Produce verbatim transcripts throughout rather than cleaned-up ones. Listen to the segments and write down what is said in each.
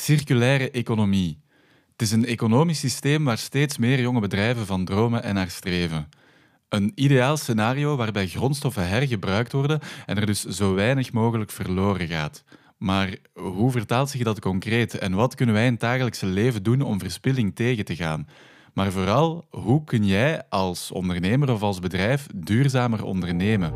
Circulaire economie. Het is een economisch systeem waar steeds meer jonge bedrijven van dromen en naar streven. Een ideaal scenario waarbij grondstoffen hergebruikt worden en er dus zo weinig mogelijk verloren gaat. Maar hoe vertaalt zich dat concreet en wat kunnen wij in het dagelijkse leven doen om verspilling tegen te gaan? Maar vooral, hoe kun jij als ondernemer of als bedrijf duurzamer ondernemen?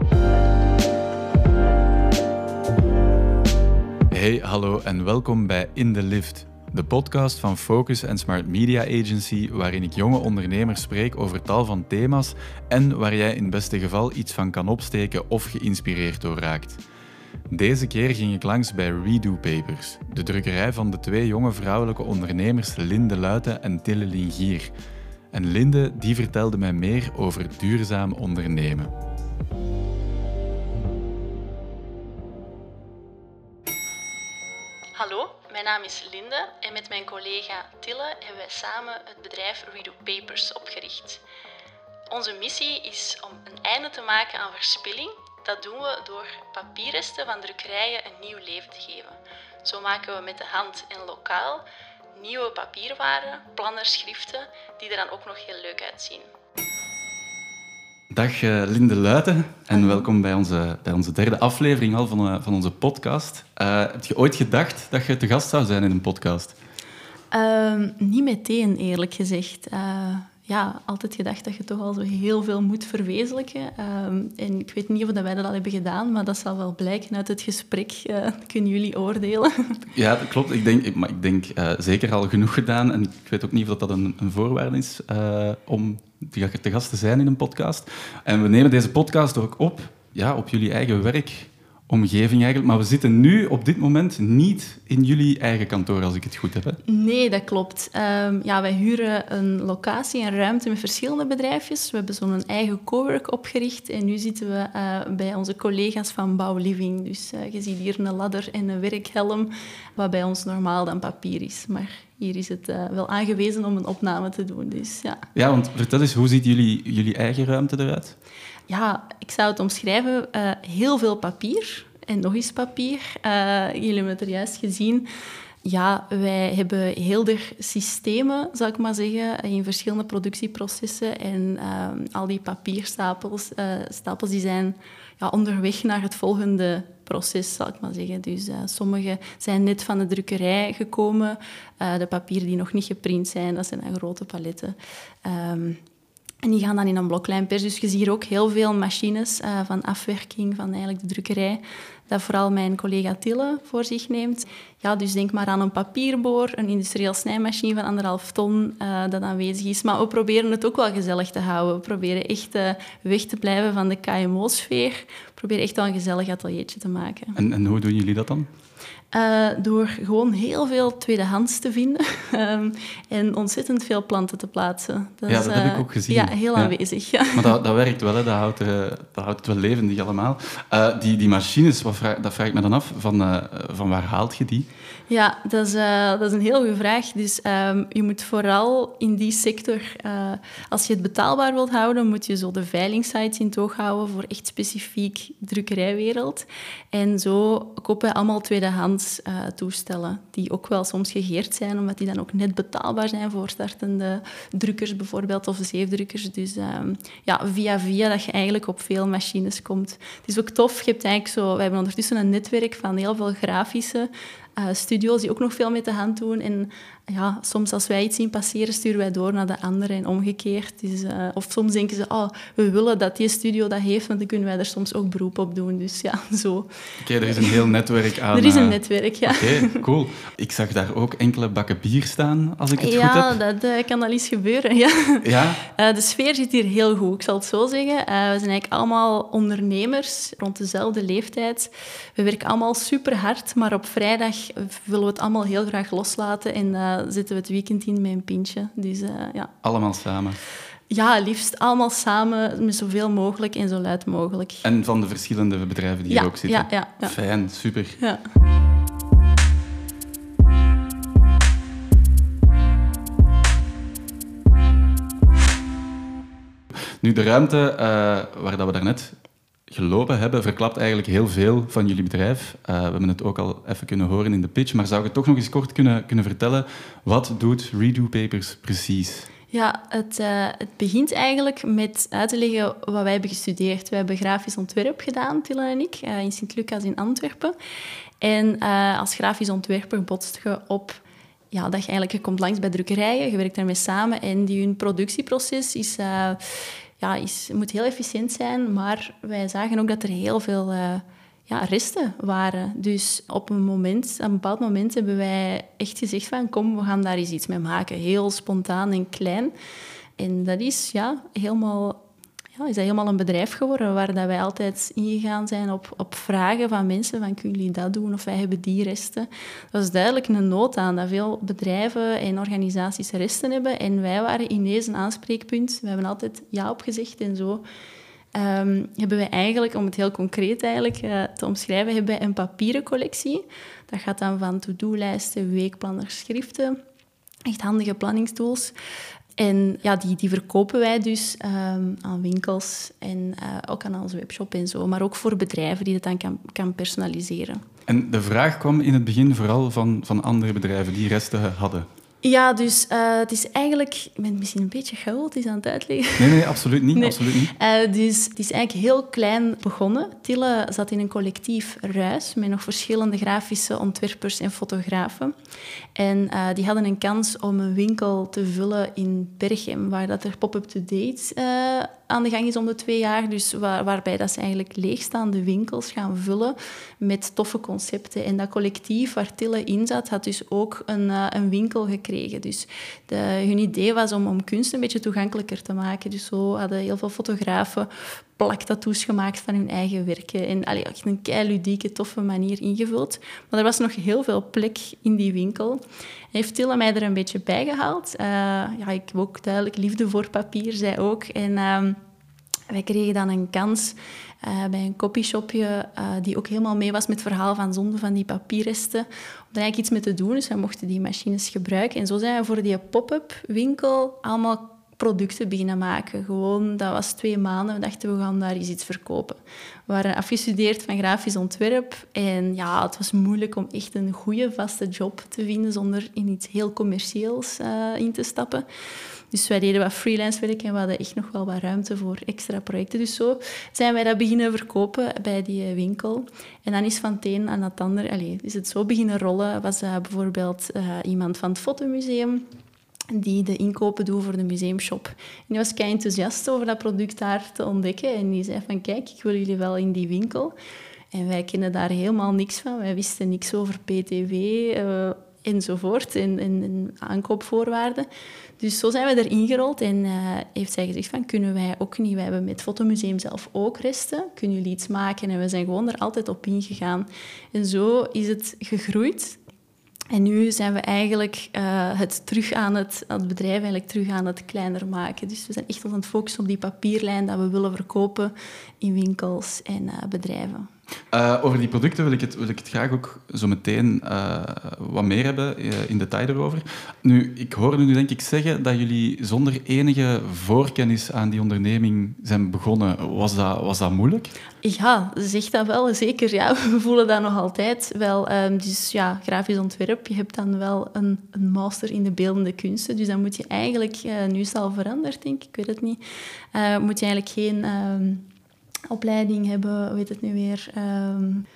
Hey, hallo en welkom bij In The Lift, de podcast van Focus en Smart Media Agency, waarin ik jonge ondernemers spreek over tal van thema's en waar jij in het beste geval iets van kan opsteken of geïnspireerd door raakt. Deze keer ging ik langs bij Redo Papers, de drukkerij van de twee jonge vrouwelijke ondernemers Linde Luiten en Tille Lingier. En Linde die vertelde mij meer over duurzaam ondernemen. Hallo, mijn naam is Linde en met mijn collega Tille hebben wij samen het bedrijf Redo Papers opgericht. Onze missie is om een einde te maken aan verspilling. Dat doen we door papierresten van drukkerijen een nieuw leven te geven. Zo maken we met de hand en lokaal nieuwe papierwaren, planners, schriften, die er dan ook nog heel leuk uitzien. Dag uh, Linde Luiten en welkom bij onze, bij onze derde aflevering al van, uh, van onze podcast. Uh, heb je ooit gedacht dat je te gast zou zijn in een podcast? Uh, niet meteen, eerlijk gezegd. Uh, ja, altijd gedacht dat je toch al zo heel veel moet verwezenlijken. Uh, en ik weet niet of wij dat al hebben gedaan, maar dat zal wel blijken uit het gesprek. Uh, kunnen jullie oordelen? Ja, dat klopt. Ik denk, maar ik denk uh, zeker al genoeg gedaan. En ik weet ook niet of dat een, een voorwaarde is uh, om te, te gast te zijn in een podcast. En we nemen deze podcast ook op, ja, op jullie eigen werkomgeving eigenlijk. Maar we zitten nu op dit moment niet in jullie eigen kantoor, als ik het goed heb. Hè? Nee, dat klopt. Um, ja, wij huren een locatie en ruimte met verschillende bedrijfjes. We hebben zo'n eigen cowork opgericht. En nu zitten we uh, bij onze collega's van Bouwliving. Dus uh, je ziet hier een ladder en een werkhelm, wat bij ons normaal dan papier is. Maar hier is het uh, wel aangewezen om een opname te doen. Dus, ja. ja, want vertel eens, hoe ziet jullie, jullie eigen ruimte eruit? Ja, ik zou het omschrijven. Uh, heel veel papier en nog eens papier. Uh, jullie hebben het er juist gezien. Ja, wij hebben heel erg systemen, zou ik maar zeggen, in verschillende productieprocessen. En uh, al die papierstapels uh, stapels die zijn ja, onderweg naar het volgende proces, zal ik maar zeggen. Dus uh, sommige zijn net van de drukkerij gekomen. Uh, de papieren die nog niet geprint zijn, dat zijn dan grote paletten. Um, En die gaan dan in een bloklijnpers. Dus je ziet hier ook heel veel machines uh, van afwerking van eigenlijk de drukkerij, dat vooral mijn collega Tille voor zich neemt. Ja, dus denk maar aan een papierboor, een industrieel snijmachine van anderhalf ton uh, dat aanwezig is. Maar we proberen het ook wel gezellig te houden. We proberen echt uh, weg te blijven van de K M O-sfeer. We proberen echt wel een gezellig ateliertje te maken. En, en hoe doen jullie dat dan? Uh, door gewoon heel veel tweedehands te vinden um, en ontzettend veel planten te plaatsen. Dat ja, is, dat heb uh, ik ook gezien. Ja, heel ja. aanwezig. Ja. Maar dat, dat werkt wel, hè. Dat, houdt, uh, dat houdt het wel levendig allemaal. Uh, die, die machines, wat vraag, dat vraag ik me dan af, van, uh, van waar haalt je die? Ja, dat is, uh, dat is een heel goede vraag. Dus um, je moet vooral in die sector, uh, als je het betaalbaar wilt houden, moet je zo de veilingsites in toog houden voor echt specifiek drukkerijwereld. En zo kopen we allemaal tweedehands uh, toestellen, die ook wel soms gegeerd zijn, omdat die dan ook net betaalbaar zijn voor startende drukkers bijvoorbeeld, of zeefdrukkers. Dus um, ja, via via dat je eigenlijk op veel machines komt. Het is ook tof, je hebt eigenlijk zo, we hebben ondertussen een netwerk van heel veel grafische Uh, studio's die ook nog veel met de hand doen. En ja, soms als wij iets zien passeren, sturen wij door naar de andere en omgekeerd. Dus, uh, of soms denken ze, oh, we willen dat die studio dat heeft, want dan kunnen wij er soms ook beroep op doen. Dus ja, zo. Oké, okay, er is een heel netwerk aan. Er is een netwerk, ja. Oké, okay, cool. Ik zag daar ook enkele bakken bier staan, als ik het ja, goed heb. Ja, dat uh, kan al eens gebeuren, ja. ja? Uh, de sfeer zit hier heel goed, ik zal het zo zeggen. Uh, we zijn eigenlijk allemaal ondernemers, rond dezelfde leeftijd. We werken allemaal super hard, maar op vrijdag willen we het allemaal heel graag loslaten en uh, zetten we het weekend in met een pintje. Dus, uh, ja. Allemaal samen? Ja, liefst allemaal samen, met zoveel mogelijk en zo luid mogelijk. En van de verschillende bedrijven die ja, hier ook zitten? Ja, ja, ja. Fijn, super. Ja. Nu, de ruimte uh, waar dat we daarnet gelopen hebben, verklapt eigenlijk heel veel van jullie bedrijf. Uh, we hebben het ook al even kunnen horen in de pitch, maar zou je toch nog eens kort kunnen, kunnen vertellen, wat doet Redo Papers precies? Ja, het, uh, het begint eigenlijk met uit te leggen wat wij hebben gestudeerd. Wij hebben grafisch ontwerp gedaan, Tilla en ik, uh, in Sint-Lucas in Antwerpen. En uh, als grafisch ontwerper botst je op ja, dat je eigenlijk je komt langs bij drukkerijen, je werkt daarmee samen en die, hun productieproces is, uh, ja, is, moet heel efficiënt zijn, maar wij zagen ook dat er heel veel uh, ja, resten waren. Dus op een, moment, op een bepaald moment hebben wij echt gezegd van kom, we gaan daar eens iets mee maken. Heel spontaan en klein. En dat is ja, helemaal... Ja, is dat helemaal een bedrijf geworden waar dat wij altijd ingegaan zijn op, op vragen van mensen van kunnen jullie dat doen of wij hebben die resten. Dat was duidelijk een nood aan dat veel bedrijven en organisaties resten hebben en wij waren ineens een aanspreekpunt. We hebben altijd ja op gezegd en zo um, hebben wij eigenlijk, om het heel concreet eigenlijk uh, te omschrijven, hebben wij een papieren collectie. Dat gaat dan van to-do-lijsten, weekplanners, schriften, echt handige planningstools. En ja, die, die verkopen wij dus um, aan winkels en uh, ook aan onze webshop en zo. Maar ook voor bedrijven die dat dan kan, kan personaliseren. En de vraag kwam in het begin vooral van, van andere bedrijven die resten hadden. Ja, dus uh, het is eigenlijk... Ik ben misschien een beetje chaotisch aan het uitleggen. Nee, nee, absoluut niet. Nee. Absoluut niet. Uh, dus het is eigenlijk heel klein begonnen. Tille zat in een collectief Ruis met nog verschillende grafische ontwerpers en fotografen. En uh, die hadden een kans om een winkel te vullen in Berchem, waar dat er Pop-up to Date uh, aan de gang is om de twee jaar. Dus waar, waarbij dat ze eigenlijk leegstaande winkels gaan vullen met toffe concepten. En dat collectief waar Tille in zat, had dus ook een, uh, een winkel gekregen. Dus de, hun idee was om, om kunst een beetje toegankelijker te maken. Dus zo hadden heel veel fotografen plaktattoos gemaakt van hun eigen werken. En allee, echt een kei ludieke, toffe manier ingevuld. Maar er was nog heel veel plek in die winkel. En heeft Tille mij er een beetje bij gehaald. Uh, ja, ik heb ook duidelijk liefde voor papier, zij ook. En uh, wij kregen dan een kans uh, bij een copyshopje uh, die ook helemaal mee was met het verhaal van zonde van die papierresten. Om er eigenlijk iets mee te doen. Dus wij mochten die machines gebruiken. En zo zijn we voor die pop-up winkel allemaal producten beginnen maken. Gewoon, dat was twee maanden. We dachten, we gaan daar eens iets verkopen. We waren afgestudeerd van grafisch ontwerp. En ja, het was moeilijk om echt een goede, vaste job te vinden zonder in iets heel commercieels uh, in te stappen. Dus wij deden wat freelance werk en we hadden echt nog wel wat ruimte voor extra projecten. Dus zo zijn wij dat beginnen verkopen bij die winkel. En dan is van het een aan het ander, allez, is het zo beginnen rollen. Was uh, bijvoorbeeld uh, iemand van het fotomuseum die de inkopen doet voor de museumshop. En die was kei enthousiast over dat product daar te ontdekken. En die zei van, kijk, ik wil jullie wel in die winkel. En wij kennen daar helemaal niks van. Wij wisten niks over P T V uh, enzovoort en, en, en aankoopvoorwaarden. Dus zo zijn we erin gerold en uh, heeft zij gezegd van, kunnen wij ook niet, wij hebben met het fotomuseum zelf ook resten, kunnen jullie iets maken? En we zijn gewoon er altijd op ingegaan. En zo is het gegroeid. En nu zijn we eigenlijk uh, het terug aan het, het bedrijf eigenlijk terug aan het kleiner maken. Dus we zijn echt aan het focussen op die papierlijn dat we willen verkopen in winkels en uh, bedrijven. Uh, over die producten wil ik het, wil ik het graag ook zo meteen uh, wat meer hebben, uh, in detail erover. Nu, ik hoorde nu denk ik zeggen dat jullie zonder enige voorkennis aan die onderneming zijn begonnen. Was dat, was dat moeilijk? Ja, zeg dat wel, zeker. Ja. We voelen dat nog altijd wel. Um, dus ja, grafisch ontwerp, je hebt dan wel een, een master in de beeldende kunsten. Dus dan moet je eigenlijk, uh, nu is het al veranderd, denk ik, ik weet het niet, uh, moet je eigenlijk geen... Um, opleiding hebben, weet het nu weer, um,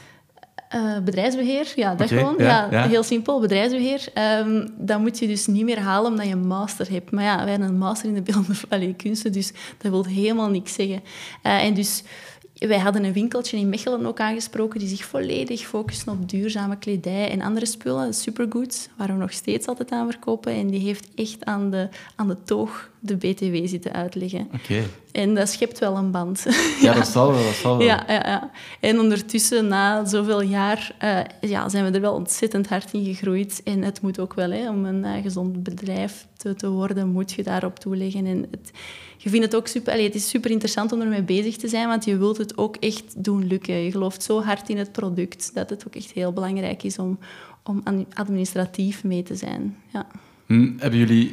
uh, bedrijfsbeheer. Ja, dat okay, gewoon. Ja, ja, ja. Heel simpel, bedrijfsbeheer. Um, dat moet je dus niet meer halen omdat je een master hebt. Maar ja, wij hebben een master in de beeldende allee, kunsten, dus dat wil helemaal niks zeggen. Uh, en dus... Wij hadden een winkeltje in Mechelen ook aangesproken die zich volledig focuste op duurzame kledij en andere spullen, supergoods, waar we nog steeds altijd aan verkopen. En die heeft echt aan de, aan de toog de B T W zitten uitleggen. Okay. En dat schept wel een band. Ja, ja, dat zal wel. Dat zal wel. Ja, ja, ja. En ondertussen, na zoveel jaar, uh, ja, zijn we er wel ontzettend hard in gegroeid. En het moet ook wel, hè, om een uh, gezond bedrijf te, te worden, moet je daarop toeleggen. En het, je vindt het ook super... Allee, het is super interessant om ermee bezig te zijn, want je wilt het ook echt doen lukken. Je gelooft zo hard in het product dat het ook echt heel belangrijk is om, om administratief mee te zijn. Ja. Hm, hebben jullie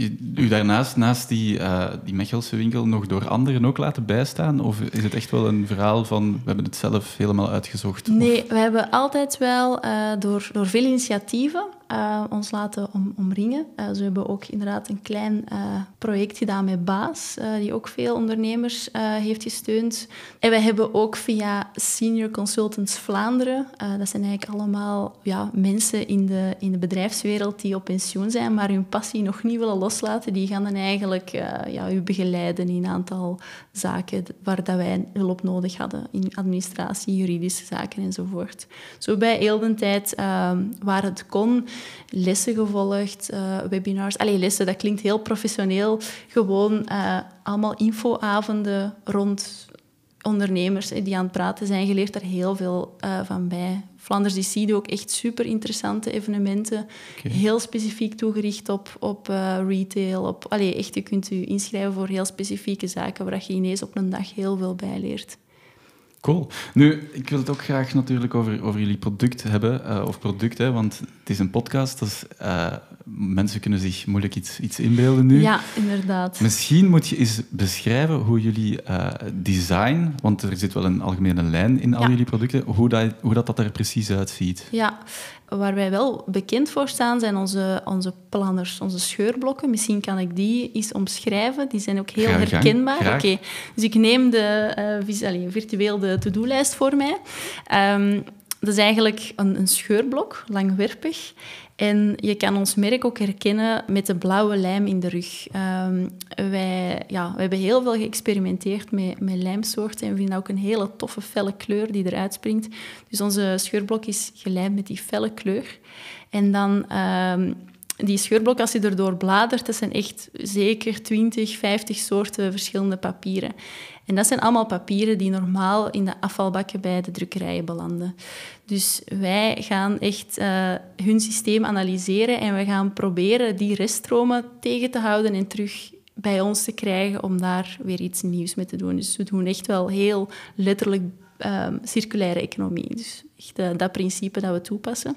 u daarnaast, naast die, uh, die Mechelse winkel, nog door anderen ook laten bijstaan? Of is het echt wel een verhaal van, we hebben het zelf helemaal uitgezocht? Nee, of? we hebben altijd wel uh, door, door veel initiatieven uh, ons laten om, omringen. Uh, dus we hebben ook inderdaad een klein uh, project gedaan met Baas, uh, die ook veel ondernemers uh, heeft gesteund. En wij hebben ook via Senior Consultants Vlaanderen, uh, dat zijn eigenlijk allemaal ja, mensen in de, in de bedrijfswereld die op pensioen zijn, maar hun passie nog niet willen loslaten, die gaan dan eigenlijk uh, ja, u begeleiden in een aantal zaken waar dat wij hulp nodig hadden, in administratie, juridische zaken enzovoort. Zo bij heel de tijd, uh, waar het kon, lessen gevolgd, uh, webinars. Allee, lessen, dat klinkt heel professioneel. Gewoon uh, allemaal infoavonden rond ondernemers die aan het praten zijn. Je leert daar heel veel uh, van bij. Flanders D C doet ook echt super interessante evenementen. Okay. Heel specifiek toegericht op, op uh, retail. Op, allee, echt, je kunt je inschrijven voor heel specifieke zaken waar je ineens op een dag heel veel bij leert. Cool. Nu, ik wil het ook graag natuurlijk over, over jullie product hebben, uh, of product, hè, want het is een podcast, dus uh, mensen kunnen zich moeilijk iets, iets inbeelden nu. Ja, inderdaad. Misschien moet je eens beschrijven hoe jullie uh, design, want er zit wel een algemene lijn in al ja. jullie producten, hoe dat, hoe dat, dat er precies uitziet. Ja, waar wij wel bekend voor staan, zijn onze, onze planners, onze scheurblokken. Misschien kan ik die eens omschrijven. Die zijn ook heel graag, herkenbaar. Oké, okay. Dus ik neem de, uh, vis- allez, virtueel de to-do-lijst voor mij. Um, dat is eigenlijk een, een scheurblok, langwerpig. En je kan ons merk ook herkennen met de blauwe lijm in de rug. Um, wij, ja, we hebben heel veel geëxperimenteerd met, met lijmsoorten en we vinden ook een hele toffe felle kleur die eruit springt. Dus onze scheurblok is gelijmd met die felle kleur. En dan um, die scheurblok, als je erdoor bladert, dat zijn echt zeker twintig, vijftig soorten verschillende papieren. En dat zijn allemaal papieren die normaal in de afvalbakken bij de drukkerijen belanden. Dus wij gaan echt uh, hun systeem analyseren en we gaan proberen die reststromen tegen te houden en terug bij ons te krijgen om daar weer iets nieuws mee te doen. Dus we doen echt wel heel letterlijk uh, circulaire economie. Dus echt uh, dat principe dat we toepassen.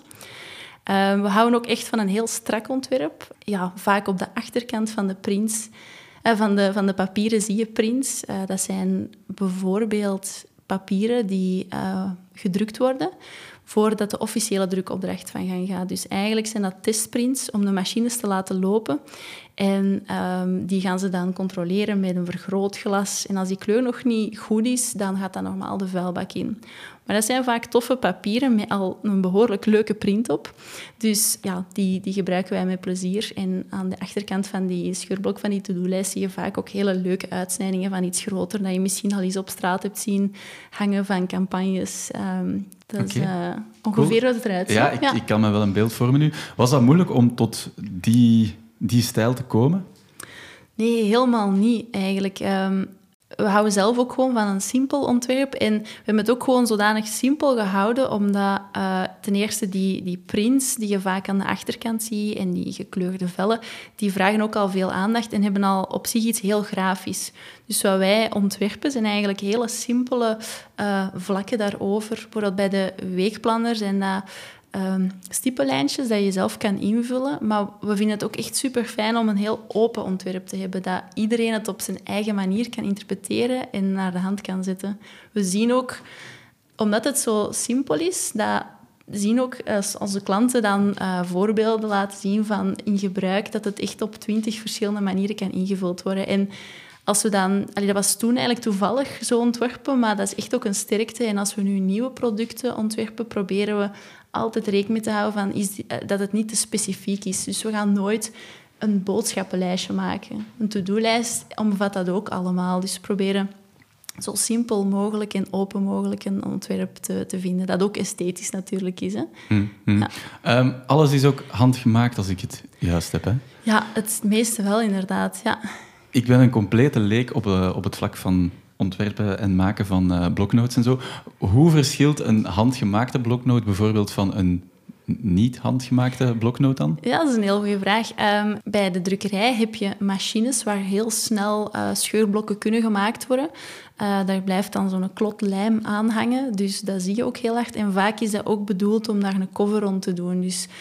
Uh, we houden ook echt van een heel strak ontwerp. Ja, vaak op de achterkant van de prints, uh, van, de, van de papieren zie je prints. Uh, dat zijn bijvoorbeeld papieren die uh, gedrukt worden voordat de officiële drukopdracht van gang gaat. Dus eigenlijk zijn dat testprints om de machines te laten lopen. En um, die gaan ze dan controleren met een vergrootglas. En als die kleur nog niet goed is, dan gaat dat normaal de vuilbak in. Maar dat zijn vaak toffe papieren met al een behoorlijk leuke print op. Dus ja, die, die gebruiken wij met plezier. En aan de achterkant van die scheurblok van die to-do-lijst zie je vaak ook hele leuke uitsnijdingen van iets groter dat je misschien al eens op straat hebt zien hangen van campagnes. Um, dat okay. is uh, ongeveer cool. Wat het eruit ziet. Ja, ik, ja. ik kan me wel een beeld vormen nu. Was dat moeilijk om tot die, die stijl te komen? Nee, helemaal niet eigenlijk. Um, we houden zelf ook gewoon van een simpel ontwerp. En we hebben het ook gewoon zodanig simpel gehouden, omdat uh, ten eerste die, die prints die je vaak aan de achterkant ziet en die gekleurde vellen, die vragen ook al veel aandacht en hebben al op zich iets heel grafisch. Dus wat wij ontwerpen zijn eigenlijk hele simpele uh, vlakken daarover. Bijvoorbeeld bij de weekplanner zijn dat Um, stippenlijntjes dat je zelf kan invullen. Maar we vinden het ook echt super fijn om een heel open ontwerp te hebben, dat iedereen het op zijn eigen manier kan interpreteren en naar de hand kan zetten. We zien ook, omdat het zo simpel is, dat zien ook als onze klanten dan uh, voorbeelden laten zien van in gebruik, dat het echt op twintig verschillende manieren kan ingevuld worden. En als we dan, allee, dat was toen eigenlijk toevallig zo ontworpen, maar dat is echt ook een sterkte. En als we nu nieuwe producten ontwerpen, proberen we altijd rekening mee te houden van is die, dat het niet te specifiek is. Dus we gaan nooit een boodschappenlijstje maken. Een to-do-lijst omvat dat ook allemaal. Dus we proberen zo simpel mogelijk en open mogelijk een ontwerp te, te vinden. Dat ook esthetisch natuurlijk is. Hè? Mm-hmm. Ja. Um, alles is ook handgemaakt, als ik het juist heb. Hè? Ja, het meeste wel inderdaad, ja. Ik ben een complete leek op, uh, op het vlak van ontwerpen en maken van uh, bloknotes en zo. Hoe verschilt een handgemaakte bloknote bijvoorbeeld van een niet handgemaakte bloknote dan? Ja, dat is een heel goede vraag. Um, bij de drukkerij heb je machines waar heel snel uh, scheurblokken kunnen gemaakt worden. Uh, daar blijft dan zo'n klot lijm aan hangen, dus dat zie je ook heel hard. En vaak is dat ook bedoeld om daar een cover rond te doen. Dus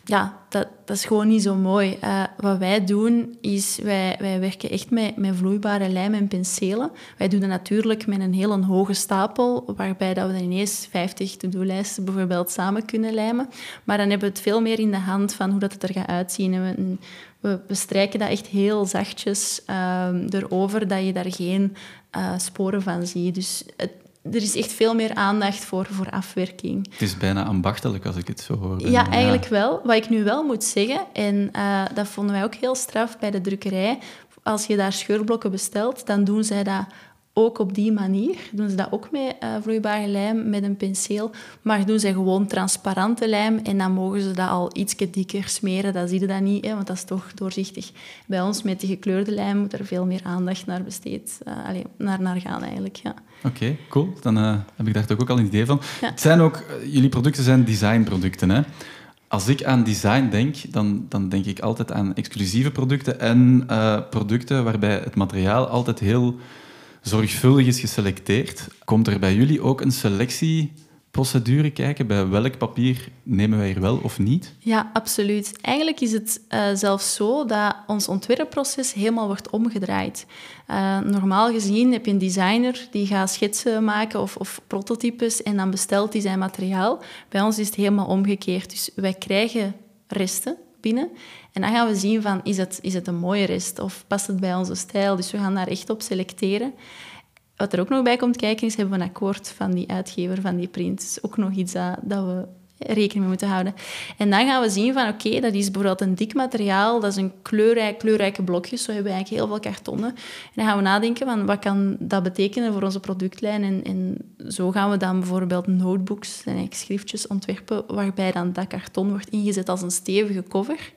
ja, dat, dat is gewoon niet zo mooi. Uh, wat wij doen, is wij, wij werken echt met, met vloeibare lijm en penselen. Wij doen dat natuurlijk met een hele hoge stapel, waarbij dat we dan ineens vijftig to-do-lijsten bijvoorbeeld samen kunnen lijmen. Maar dan hebben we het veel meer in de hand van hoe dat het er gaat uitzien. En we, we, we strijken dat echt heel zachtjes uh, erover, dat je daar geen uh, sporen van ziet. Dus het, er is echt veel meer aandacht voor, voor afwerking. Het is bijna ambachtelijk als ik het zo hoor. Ja, eigenlijk ja. wel. Wat ik nu wel moet zeggen, en uh, dat vonden wij ook heel straf bij de drukkerij, als je daar scheurblokken bestelt, dan doen zij dat ook op die manier. Doen ze dat ook met uh, vloeibare lijm, met een penseel. Maar doen ze gewoon transparante lijm en dan mogen ze dat al ietsje dikker smeren. Dat zie je dan niet, hè, want dat is toch doorzichtig. Bij ons met die gekleurde lijm moet er veel meer aandacht naar besteed, uh, allez, naar, naar gaan eigenlijk, ja. Oké, okay, cool. Dan uh, heb ik daar toch ook al een idee van. Ja. Het zijn ook, uh, jullie producten zijn designproducten, hè? Als ik aan design denk, dan, dan denk ik altijd aan exclusieve producten en uh, producten waarbij het materiaal altijd heel zorgvuldig is geselecteerd. Komt er bij jullie ook een selectieprocedure kijken? Bij welk papier nemen wij hier wel of niet? Ja, absoluut. Eigenlijk is het uh, zelfs zo dat ons ontwerpproces helemaal wordt omgedraaid. Uh, normaal gezien heb je een designer die gaat schetsen maken of, of prototypes en dan bestelt hij zijn materiaal. Bij ons is het helemaal omgekeerd. Dus wij krijgen resten binnen. En dan gaan we zien van, is het, is het een mooie rest of past het bij onze stijl? Dus we gaan daar echt op selecteren. Wat er ook nog bij komt kijken is, hebben we een akkoord van die uitgever van die print. Dus ook nog iets dat, dat we rekening mee moeten houden. En dan gaan we zien van, oké, okay, dat is bijvoorbeeld een dik materiaal, dat is een kleurrijk, kleurrijke blokjes, zo hebben we eigenlijk heel veel kartonnen. En dan gaan we nadenken van, wat kan dat betekenen voor onze productlijn? En, en zo gaan we dan bijvoorbeeld notebooks en schriftjes ontwerpen, waarbij dan dat karton wordt ingezet als een stevige cover.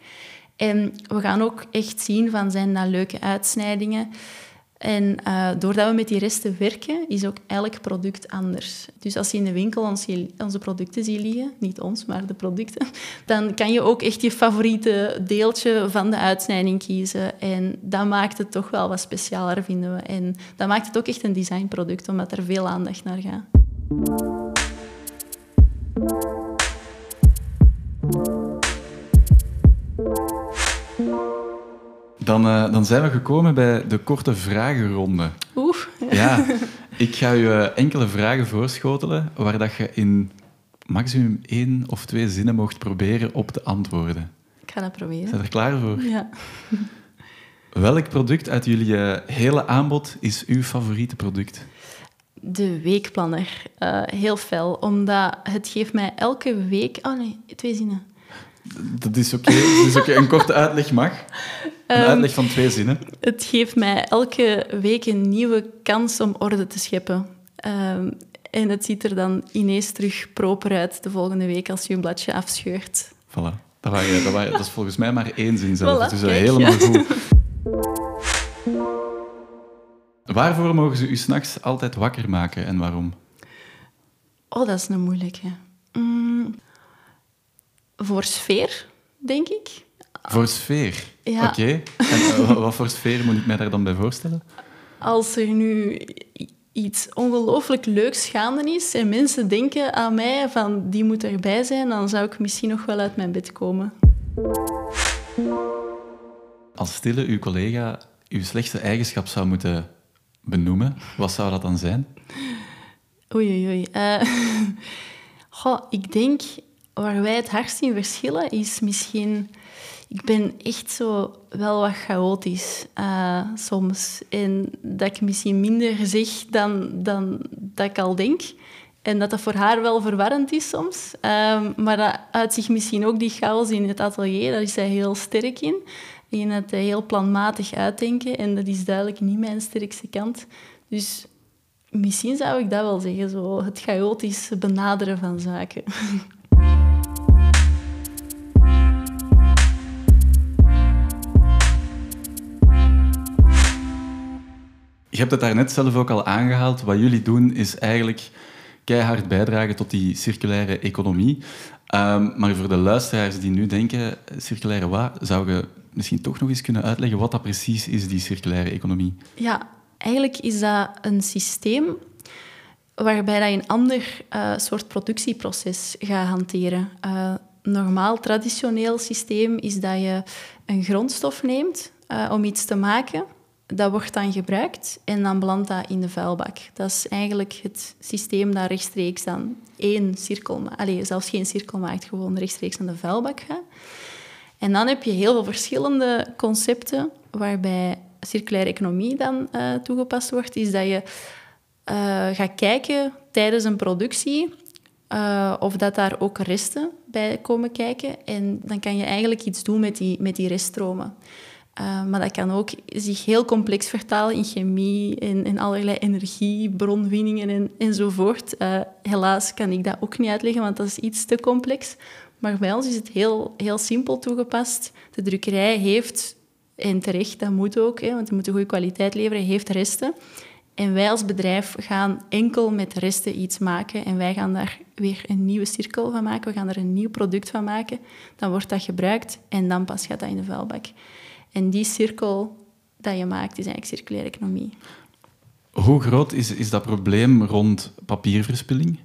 En we gaan ook echt zien van, zijn dat leuke uitsnijdingen? En uh, doordat we met die resten werken, is ook elk product anders. Dus als je in de winkel onze, onze producten ziet liggen, niet ons, maar de producten, dan kan je ook echt je favoriete deeltje van de uitsnijding kiezen. En dat maakt het toch wel wat specialer, vinden we. En dat maakt het ook echt een designproduct, omdat er veel aandacht naar gaat. Dan, uh, dan zijn we gekomen bij de korte vragenronde. Oeh. Ja, ik ga je uh, enkele vragen voorschotelen waar dat je in maximum één of twee zinnen mocht proberen op te antwoorden. Ik ga dat proberen. Zijn je er klaar voor? Ja. Welk product uit jullie uh, hele aanbod is uw favoriete product? De weekplanner. Uh, heel fel, omdat het geeft mij elke week... Oh nee, twee zinnen. Dat is oké. Okay. Dus okay. Een korte uitleg mag. Een um, uitleg van twee zinnen. Het geeft mij elke week een nieuwe kans om orde te scheppen. Um, en het ziet er dan ineens terug proper uit de volgende week als je een bladje afscheurt. Voilà. Dat, was je, dat, was je, dat is volgens mij maar één zin zelf. Voilà, dus kijk, helemaal ja. goed. Waarvoor mogen ze u 's nachts altijd wakker maken en waarom? Oh, dat is een moeilijke. Mm, voor sfeer, denk ik. Voor sfeer? Ja. Oké. Okay. En uh, wat voor sfeer moet ik mij daar dan bij voorstellen? Als er nu iets ongelooflijk leuks gaande is en mensen denken aan mij van die moet erbij zijn, dan zou ik misschien nog wel uit mijn bed komen. Als Stille uw collega uw slechtste eigenschap zou moeten benoemen, wat zou dat dan zijn? Oei, oei, oei. Uh, goh, ik denk, waar wij het hardst in verschillen, is misschien... Ik ben echt zo wel wat chaotisch uh, soms. En dat ik misschien minder zeg dan, dan dat ik al denk. En dat dat voor haar wel verwarrend is soms. Um, maar dat uit zich misschien ook die chaos in het atelier. Daar is zij heel sterk in. In het heel planmatig uitdenken. En dat is duidelijk niet mijn sterkste kant. Dus misschien zou ik dat wel zeggen. Zo het chaotisch benaderen van zaken. Je hebt het daarnet zelf ook al aangehaald. Wat jullie doen is eigenlijk keihard bijdragen tot die circulaire economie. Um, maar voor de luisteraars die nu denken, circulaire wat, zou je misschien toch nog eens kunnen uitleggen wat dat precies is, die circulaire economie? Ja, eigenlijk is dat een systeem waarbij je een ander uh, soort productieproces gaat hanteren. Uh, normaal, traditioneel systeem is dat je een grondstof neemt uh, om iets te maken. Dat wordt dan gebruikt en dan belandt dat in de vuilbak. Dat is eigenlijk het systeem dat rechtstreeks dan één cirkel maakt. Allee, zelfs geen cirkel maakt, gewoon rechtstreeks naar de vuilbak gaat. En dan heb je heel veel verschillende concepten waarbij circulaire economie dan uh, toegepast wordt. Is dat je uh, gaat kijken tijdens een productie uh, of dat daar ook resten bij komen kijken. En dan kan je eigenlijk iets doen met die, met die reststromen. Uh, maar dat kan ook zich heel complex vertalen in chemie en, en allerlei energiebronwinningen en, enzovoort. Uh, helaas kan ik dat ook niet uitleggen, want dat is iets te complex. Maar bij ons is het heel, heel simpel toegepast. De drukkerij heeft, en terecht, dat moet ook, hè, want die moet een goede kwaliteit leveren, heeft resten. En wij als bedrijf gaan enkel met resten iets maken. En wij gaan daar weer een nieuwe cirkel van maken. We gaan er een nieuw product van maken. Dan wordt dat gebruikt en dan pas gaat dat in de vuilbak. En die cirkel dat je maakt, is eigenlijk circulaire economie. Hoe groot is, is dat probleem rond papierverspilling?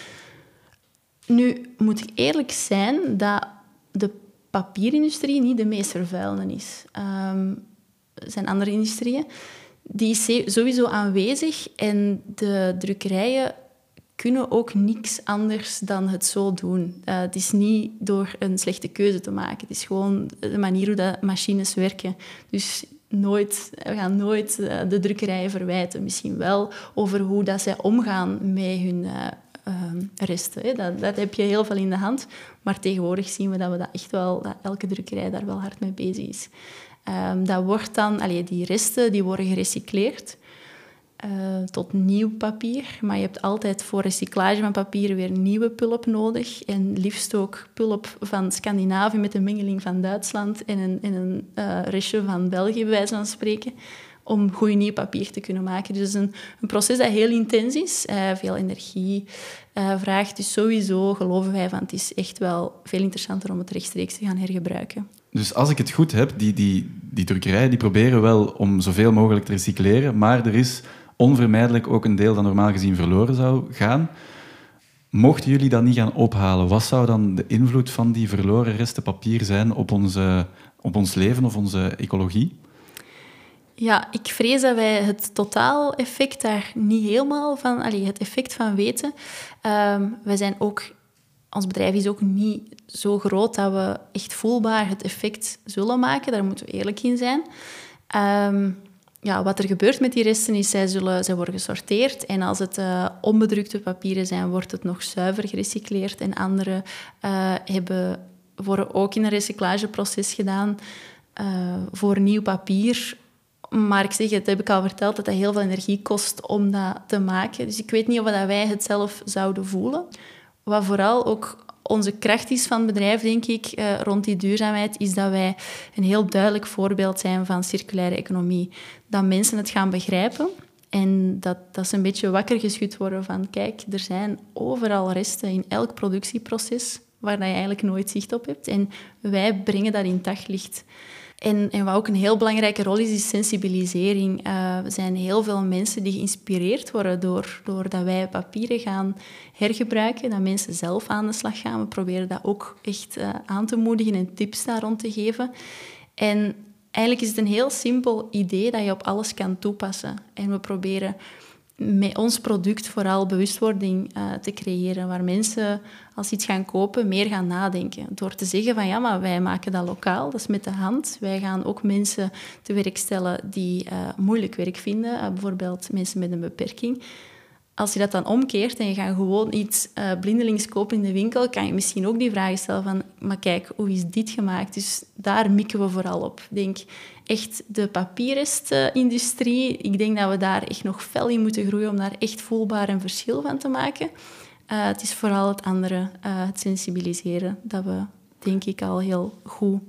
Nu, moet ik eerlijk zijn dat de papierindustrie niet de meest vervuilende is. Um, er zijn andere industrieën. Die is sowieso aanwezig en de drukkerijen kunnen ook niks anders dan het zo doen. Uh, het is niet door een slechte keuze te maken. Het is gewoon de manier hoe dat machines werken. Dus nooit, we gaan nooit uh, de drukkerijen verwijten. Misschien wel over hoe dat zij omgaan met hun uh, uh, resten. Hè. Dat, dat heb je heel veel in de hand. Maar tegenwoordig zien we dat, we dat, echt wel, dat elke drukkerij daar wel hard mee bezig is. Um, dat wordt dan, allee, die resten die worden gerecycleerd. Uh, tot nieuw papier. Maar je hebt altijd voor recyclage van papier weer nieuwe pulp nodig. En liefst ook pulp van Scandinavië met een mengeling van Duitsland en een, en een uh, restje van België, bij wijze van spreken, om goed nieuw papier te kunnen maken. Dus een, een proces dat heel intens is, uh, veel energie uh, vraagt. Dus sowieso geloven wij van het is echt wel veel interessanter om het rechtstreeks te gaan hergebruiken. Dus als ik het goed heb, die, die, die drukkerijen die proberen wel om zoveel mogelijk te recycleren, maar er is onvermijdelijk ook een deel dat normaal gezien verloren zou gaan. Mochten jullie dat niet gaan ophalen, wat zou dan de invloed van die verloren resten papier zijn op, onze, op ons leven of onze ecologie? Ja, ik vrees dat wij het totaal-effect daar niet helemaal van... Allee, het effect van weten. Um, wij zijn ook... Ons bedrijf is ook niet zo groot dat we echt voelbaar het effect zullen maken. Daar moeten we eerlijk in zijn. Um, Ja, wat er gebeurt met die resten is, zij, zullen, zij worden gesorteerd. En als het uh, onbedrukte papieren zijn, wordt het nog zuiver gerecycleerd. En andere uh, hebben, worden ook in een recyclageproces gedaan uh, voor nieuw papier. Maar ik zeg, dat heb ik al verteld, dat dat heel veel energie kost om dat te maken. Dus ik weet niet of dat wij het zelf zouden voelen. Wat vooral ook onze kracht is van het bedrijf, denk ik, uh, rond die duurzaamheid, is dat wij een heel duidelijk voorbeeld zijn van circulaire economie. Dat mensen het gaan begrijpen en dat, dat ze een beetje wakker geschud worden van kijk, er zijn overal resten in elk productieproces waar je eigenlijk nooit zicht op hebt. En wij brengen dat in daglicht. En, en wat ook een heel belangrijke rol is, is sensibilisering. Uh, er zijn heel veel mensen die geïnspireerd worden door, doordat wij papieren gaan hergebruiken, dat mensen zelf aan de slag gaan. We proberen dat ook echt uh, aan te moedigen en tips daar rond te geven. En eigenlijk is het een heel simpel idee dat je op alles kan toepassen. En we proberen met ons product vooral bewustwording uh, te creëren, waar mensen, als ze iets gaan kopen, meer gaan nadenken. Door te zeggen van, ja, maar wij maken dat lokaal, dat is met de hand. Wij gaan ook mensen te werk stellen die uh, moeilijk werk vinden, uh, bijvoorbeeld mensen met een beperking. Als je dat dan omkeert en je gaat gewoon iets uh, blindelings kopen in de winkel, kan je misschien ook die vraag stellen van, maar kijk, hoe is dit gemaakt? Dus daar mikken we vooral op. Ik denk echt de papierrestindustrie, ik denk dat we daar echt nog fel in moeten groeien om daar echt voelbaar een verschil van te maken. Uh, het is vooral het andere, uh, het sensibiliseren, dat we, denk ik, al heel goed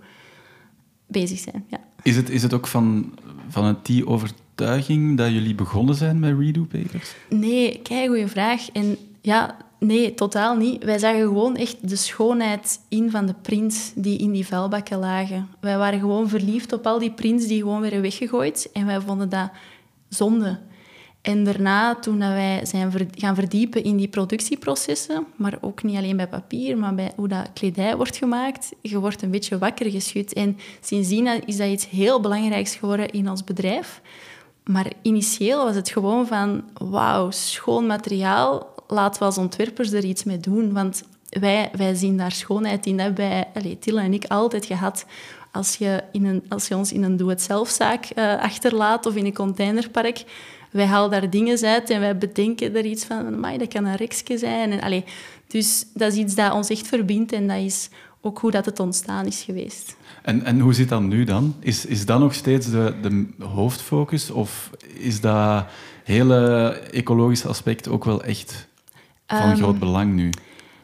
bezig zijn. Ja. Is het, is het ook van, vanuit die overtuiging dat jullie begonnen zijn met Redo Papers? Nee, kei goeie vraag. En ja, nee, totaal niet. Wij zagen gewoon echt de schoonheid in van de prints die in die vuilbakken lagen. Wij waren gewoon verliefd op al die prints die gewoon werden weggegooid. En wij vonden dat zonde. En daarna, toen dat wij zijn ver- gaan verdiepen in die productieprocessen, maar ook niet alleen bij papier, maar bij hoe dat kledij wordt gemaakt, je wordt een beetje wakker geschud. En sindsdien is dat iets heel belangrijks geworden in ons bedrijf. Maar initieel was het gewoon van, wauw, schoon materiaal, laten we als ontwerpers er iets mee doen. Want wij, wij zien daar schoonheid in. Dat hebben wij, allez, Tille en ik, altijd gehad. Als je, in een, als je ons in een doe-het-zelfzaak uh, achterlaat of in een containerpark, wij halen daar dingen uit en wij bedenken er iets van, amai, dat kan een reksje zijn. En, allez, dus dat is iets dat ons echt verbindt en dat is ook hoe dat het ontstaan is geweest. En, en hoe zit dat nu dan? Is, is dat nog steeds de, de hoofdfocus? Of is dat hele ecologische aspect ook wel echt van um, groot belang nu?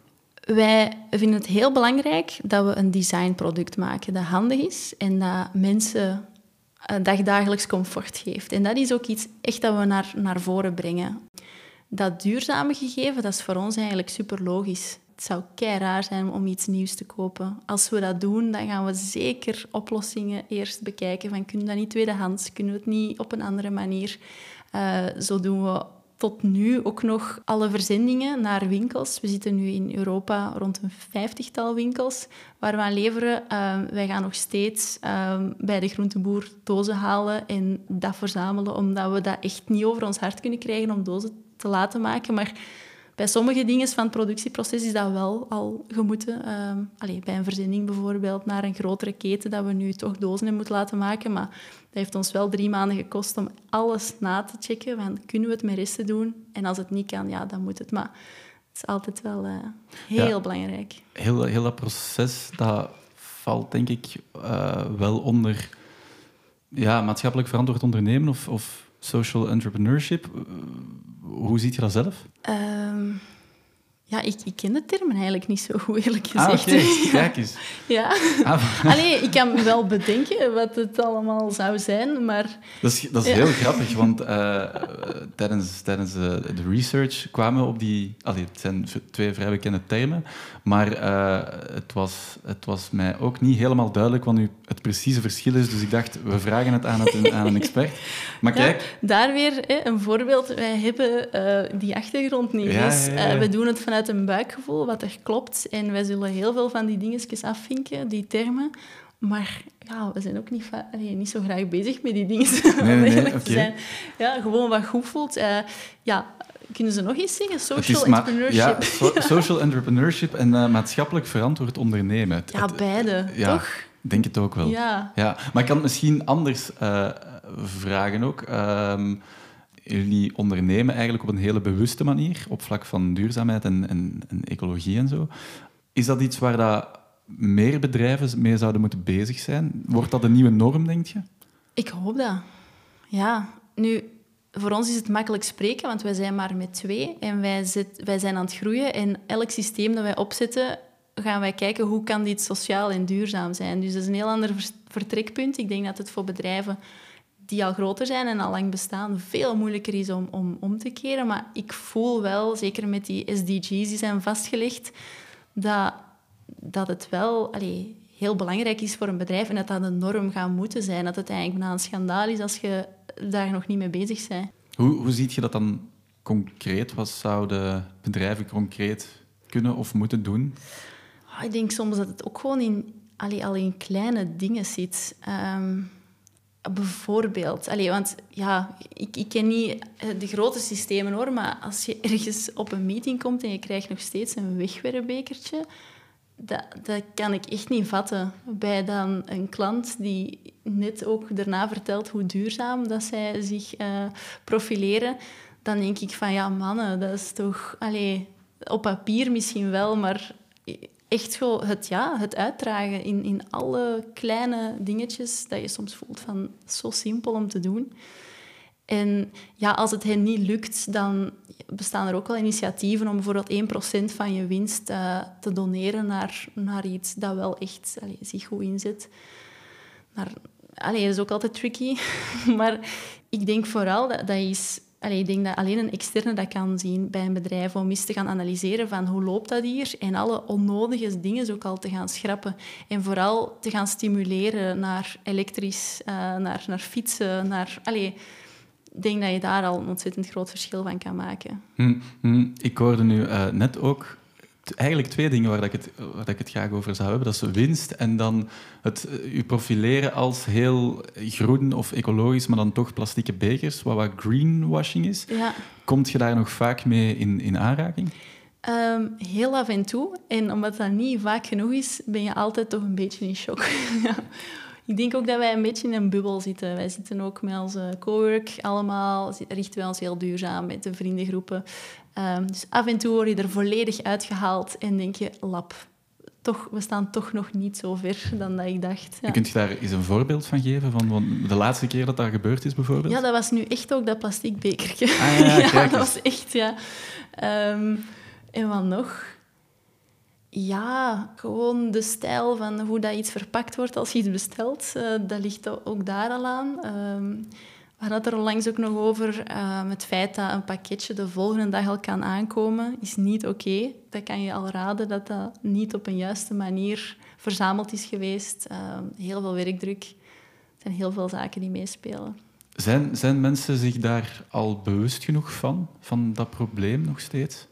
Wij vinden het heel belangrijk dat we een designproduct maken dat handig is en dat mensen dagdagelijks comfort geeft. En dat is ook iets echt dat we naar, naar voren brengen. Dat duurzame gegeven, dat is voor ons eigenlijk super logisch. Het zou kei raar zijn om iets nieuws te kopen. Als we dat doen, dan gaan we zeker oplossingen eerst bekijken. Van, kunnen we dat niet tweedehands? Kunnen we het niet op een andere manier? Uh, zo doen we tot nu ook nog alle verzendingen naar winkels. We zitten nu in Europa rond een vijftigtal winkels waar we aan leveren. Uh, wij gaan nog steeds uh, bij de groenteboer dozen halen en dat verzamelen, omdat we dat echt niet over ons hart kunnen krijgen om dozen te laten maken. Maar bij sommige dingen van het productieproces is dat wel al gemoeten. Uh, allez, bij een verzending bijvoorbeeld naar een grotere keten, dat we nu toch dozen hebben moeten laten maken. Maar dat heeft ons wel drie maanden gekost om alles na te checken. Van, kunnen we het met resten doen? En als het niet kan, ja, dan moet het. Maar het is altijd wel uh, heel ja, belangrijk. Heel, heel dat proces, dat valt denk ik uh, wel onder ja, maatschappelijk verantwoord ondernemen of, of social entrepreneurship. Hoe ziet je dat zelf? Um, ja, ik, ik ken de termen eigenlijk niet zo goed, eerlijk gezegd. Ah, oké. Okay. Kijk eens. Ja. Ah, allee, ik kan wel bedenken wat het allemaal zou zijn, maar... Dat is, dat is ja. heel grappig, want uh, tijdens, tijdens uh, de research kwamen we op die... Allee, het zijn twee vrij bekende termen, maar uh, het, was, het was mij ook niet helemaal duidelijk wat nu het precieze verschil is, dus ik dacht, we vragen het aan, het, aan een expert. Maar kijk... Ja, daar weer hè, een voorbeeld. Wij hebben uh, die achtergrond niet. Ja, dus, ja, ja. Uh, we doen het vanuit een buikgevoel, wat er klopt. En wij zullen heel veel van die dingetjes afvinken, die termen. Maar ja, we zijn ook niet, va- allee, niet zo graag bezig met die dingen, om nee, nee, eerlijk okay. te zijn. Ja, gewoon wat goed voelt. Uh, ja, kunnen ze nog eens zeggen? Social ma- entrepreneurship. Ja, so- social entrepreneurship en uh, maatschappelijk verantwoord ondernemen. Het, ja, het, beide, ja, toch? Ik denk het ook wel. Ja. Ja. Maar ik kan het misschien anders uh, vragen ook. Um, Jullie ondernemen eigenlijk op een hele bewuste manier, op vlak van duurzaamheid en, en, en ecologie en zo. Is dat iets waar dat meer bedrijven mee zouden moeten bezig zijn? Wordt dat een nieuwe norm, denk je? Ik hoop dat. Ja. Nu, voor ons is het makkelijk spreken, want wij zijn maar met twee en wij, zit, wij zijn aan het groeien. En elk systeem dat wij opzetten, gaan wij kijken hoe kan dit sociaal en duurzaam zijn. Dus dat is een heel ander vertrekpunt. Ik denk dat het voor bedrijven die al groter zijn en al lang bestaan, veel moeilijker is om, om om te keren. Maar ik voel wel, zeker met die S D G's die zijn vastgelegd, dat, dat het wel allee, heel belangrijk is voor een bedrijf en dat dat een norm gaat moeten zijn. Dat het eigenlijk bijna een schandaal is als je daar nog niet mee bezig bent. Hoe, hoe zie je dat dan concreet? Wat zouden bedrijven concreet kunnen of moeten doen? Oh, ik denk soms dat het ook gewoon in, allee, al in kleine dingen zit. Um, Bijvoorbeeld. Allee, want ja, ik, ik ken niet de grote systemen, hoor, maar als je ergens op een meeting komt en je krijgt nog steeds een wegwerpbekertje, dat, dat kan ik echt niet vatten. Bij dan een klant die net ook daarna vertelt hoe duurzaam dat zij zich uh, profileren, dan denk ik van, ja, mannen, dat is toch... Allee, op papier misschien wel, maar... Echt zo het, ja, het uitdragen in, in alle kleine dingetjes dat je soms voelt van zo simpel om te doen. En ja, als het hen niet lukt, dan bestaan er ook wel initiatieven om bijvoorbeeld één procent van je winst uh, te doneren naar, naar iets dat wel echt allee, zich goed inzet. Naar, allee, dat is ook altijd tricky. Maar ik denk vooral dat dat is... Allee, ik denk dat alleen een externe dat kan zien bij een bedrijf om eens te gaan analyseren van hoe loopt dat hier en alle onnodige dingen ook al te gaan schrappen. En vooral te gaan stimuleren naar elektrisch, uh, naar, naar fietsen, naar... Allee, ik denk dat je daar al een ontzettend groot verschil van kan maken. Hm, hm. Ik hoorde nu uh, net ook t- eigenlijk twee dingen waar, dat ik het, waar dat ik het graag over zou hebben. Dat is winst en dan het uh, je profileren als heel groen of ecologisch, maar dan toch plastieke bekers, wat wat greenwashing is. Ja. Komt je daar nog vaak mee in, in aanraking? Um, heel af en toe. En omdat dat niet vaak genoeg is, ben je altijd toch een beetje in shock. Ja. Ik denk ook dat wij een beetje in een bubbel zitten. Wij zitten ook met onze cowork allemaal, richten wij ons heel duurzaam met de vriendengroepen. Um, dus af en toe word je er volledig uitgehaald en denk je, lap, toch, we staan toch nog niet zo ver dan dat ik dacht. Ja. Kunt je daar eens een voorbeeld van geven? Van, van de laatste keer dat dat gebeurd is, bijvoorbeeld? Ja, dat was nu echt ook dat plastic bekertje. Ah, ja, ja, ja dat was echt, ja. Um, en wat nog? Ja, gewoon de stijl van hoe dat iets verpakt wordt als je iets bestelt. Uh, dat ligt ook daar al aan. Um, we hadden het er onlangs ook nog over. Uh, het feit dat een pakketje de volgende dag al kan aankomen, is niet oké. Okay. Dat kan je al raden dat dat niet op een juiste manier verzameld is geweest. Uh, heel veel werkdruk. Er zijn heel veel zaken die meespelen. Zijn, zijn mensen zich daar al bewust genoeg van? Van dat probleem nog steeds?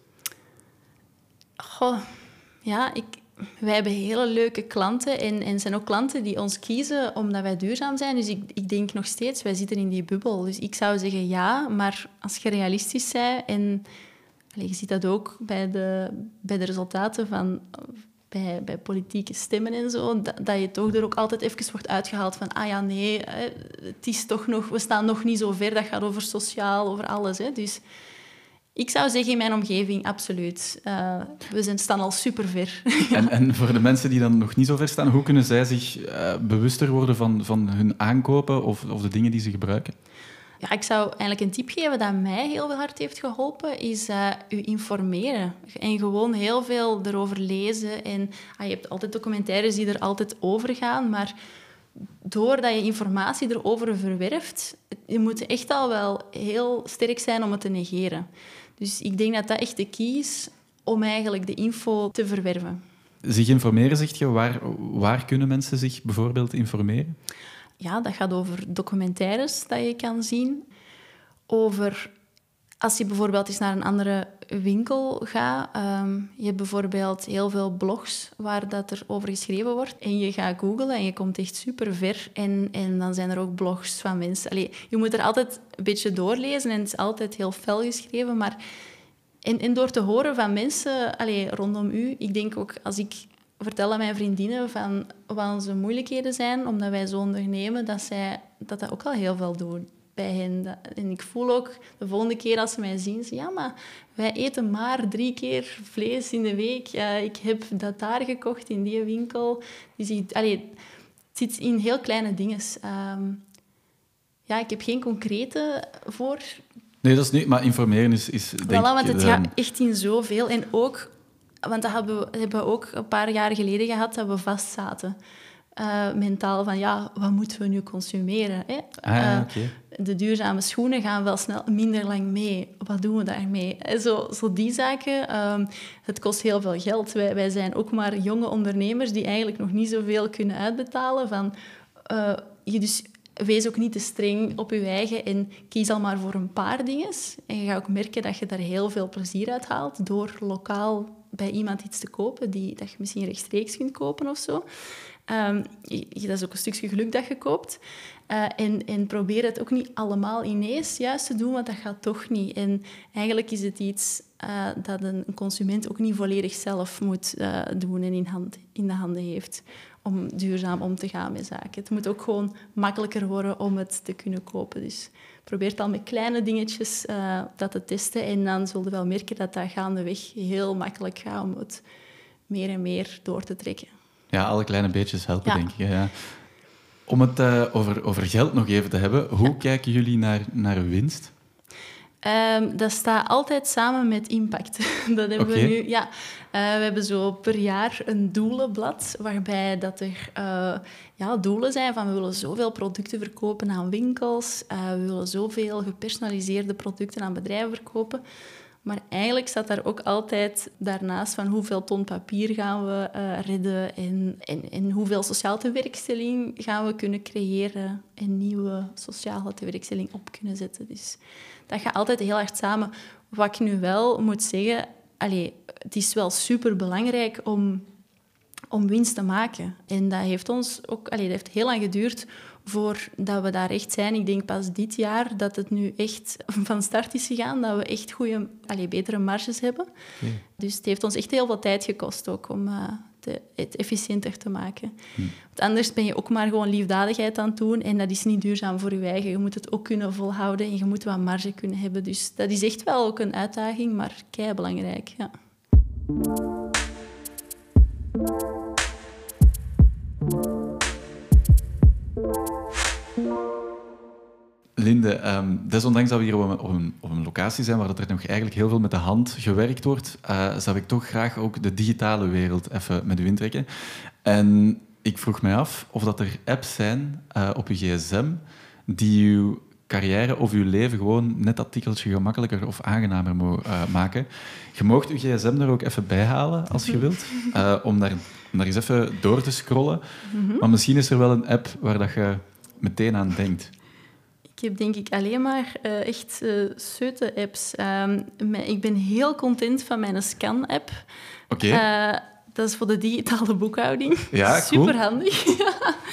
Goh... Ja, ik, wij hebben hele leuke klanten en, en zijn ook klanten die ons kiezen omdat wij duurzaam zijn. Dus ik, ik denk nog steeds, wij zitten in die bubbel. Dus ik zou zeggen ja, maar als je realistisch bent en allez, je ziet dat ook bij de, bij de resultaten van bij, bij politieke stemmen en zo, dat, dat je toch er ook altijd even wordt uitgehaald van ah ja, nee, het is toch nog, we staan nog niet zo ver, dat gaat over sociaal, over alles. Hè. Dus ik zou zeggen in mijn omgeving, absoluut. Uh, we zijn, staan al super ver. en, en voor de mensen die dan nog niet zo ver staan, hoe kunnen zij zich uh, bewuster worden van, van hun aankopen of, of de dingen die ze gebruiken? Ja, ik zou eigenlijk een tip geven dat mij heel veel hard heeft geholpen, is uh, u informeren. En gewoon heel veel erover lezen. En, ah, je hebt altijd documentaires die er altijd over gaan, maar doordat je informatie erover verwerft, je moet echt al wel heel sterk zijn om het te negeren. Dus ik denk dat dat echt de key is om eigenlijk de info te verwerven. Zich informeren, zeg je. Waar, waar kunnen mensen zich bijvoorbeeld informeren? Ja, dat gaat over documentaires dat je kan zien. Over... Als je bijvoorbeeld eens naar een andere winkel gaat, um, je hebt bijvoorbeeld heel veel blogs waar dat er over geschreven wordt. En je gaat googlen en je komt echt super ver. En, en dan zijn er ook blogs van mensen. Allee, je moet er altijd een beetje doorlezen en het is altijd heel fel geschreven. Maar en, en door te horen van mensen allee, rondom u, ik denk ook als ik vertel aan mijn vriendinnen van wat onze moeilijkheden zijn, omdat wij zo ondernemen, dat zij dat, dat ook al heel veel doen bij hen. En ik voel ook de volgende keer als ze mij zien, ze, ja, maar wij eten maar drie keer vlees in de week. Uh, ik heb dat daar gekocht, in die winkel. Dus ik, allee, het zit in heel kleine dingen. Um, ja, ik heb geen concrete voor. Nee, dat is niet, maar informeren is, is denk voilà, want het ik... gaat echt in zoveel. En ook, want dat hebben we, hebben we ook een paar jaar geleden gehad, dat we vastzaten. Uh, mentaal van, ja, wat moeten we nu consumeren? Hè? Ah, ja, uh, okay. De duurzame schoenen gaan wel snel minder lang mee. Wat doen we daarmee? Zo, zo die zaken. Um, het kost heel veel geld. Wij, wij zijn ook maar jonge ondernemers die eigenlijk nog niet zoveel kunnen uitbetalen. Van, uh, je dus wees ook niet te streng op je eigen en kies al maar voor een paar dingen. En je gaat ook merken dat je daar heel veel plezier uit haalt door lokaal bij iemand iets te kopen die, dat je misschien rechtstreeks kunt kopen of zo. Um, dat is ook een stukje geluk dat je koopt. Uh, en, en probeer het ook niet allemaal ineens juist te doen, want dat gaat toch niet. En eigenlijk is het iets uh, dat een consument ook niet volledig zelf moet uh, doen en in, hand, in de handen heeft om duurzaam om te gaan met zaken. Het moet ook gewoon makkelijker worden om het te kunnen kopen. Dus probeer het al met kleine dingetjes uh, dat te testen en dan zul je wel merken dat dat gaandeweg heel makkelijk gaat om het meer en meer door te trekken. Ja, alle kleine beetjes helpen, ja. denk ik. Ja. Om het uh, over, over geld nog even te hebben, hoe ja. kijken jullie naar, naar winst? Um, dat staat altijd samen met impact. Dat hebben okay. we nu. Ja, uh, we hebben zo per jaar een doelenblad waarbij dat er uh, ja, doelen zijn van we willen zoveel producten verkopen aan winkels, uh, we willen zoveel gepersonaliseerde producten aan bedrijven verkopen. Maar eigenlijk staat daar ook altijd daarnaast van hoeveel ton papier gaan we uh, redden en, en, en hoeveel sociale tewerkstelling gaan we kunnen creëren en nieuwe sociale tewerkstelling op kunnen zetten. Dus dat gaat altijd heel hard samen. Wat ik nu wel moet zeggen, allee, het is wel superbelangrijk om, om winst te maken. En dat heeft ons ook, allee, dat heeft heel lang geduurd voordat we daar echt zijn. Ik denk pas dit jaar dat het nu echt van start is gegaan, dat we echt goede, allee, betere marges hebben. Okay. Dus het heeft ons echt heel veel tijd gekost ook om uh, te, het efficiënter te maken. Hmm. Want anders ben je ook maar gewoon liefdadigheid aan het doen en dat is niet duurzaam voor je eigen. Je moet het ook kunnen volhouden en je moet wat marge kunnen hebben. Dus dat is echt wel ook een uitdaging, maar keibelangrijk, ja. Linde, um, desondanks dat we hier op een, op een locatie zijn waar er nog eigenlijk heel veel met de hand gewerkt wordt, uh, zou ik toch graag ook de digitale wereld even met u intrekken. En ik vroeg mij af of dat er apps zijn uh, op uw gsm die uw carrière of uw leven gewoon net dat tikkeltje gemakkelijker of aangenamer mo- uh, maken. Je mag uw gsm er ook even bij halen als je wilt, uh, om, daar, om daar eens even door te scrollen. Mm-hmm. Maar misschien is er wel een app waar dat je meteen aan denkt. Ik heb denk ik alleen maar uh, echt uh, seute-apps. Um, ik ben heel content van mijn scan-app. Oké. Okay. Uh, dat is voor de digitale boekhouding. Ja, superhandig. Cool.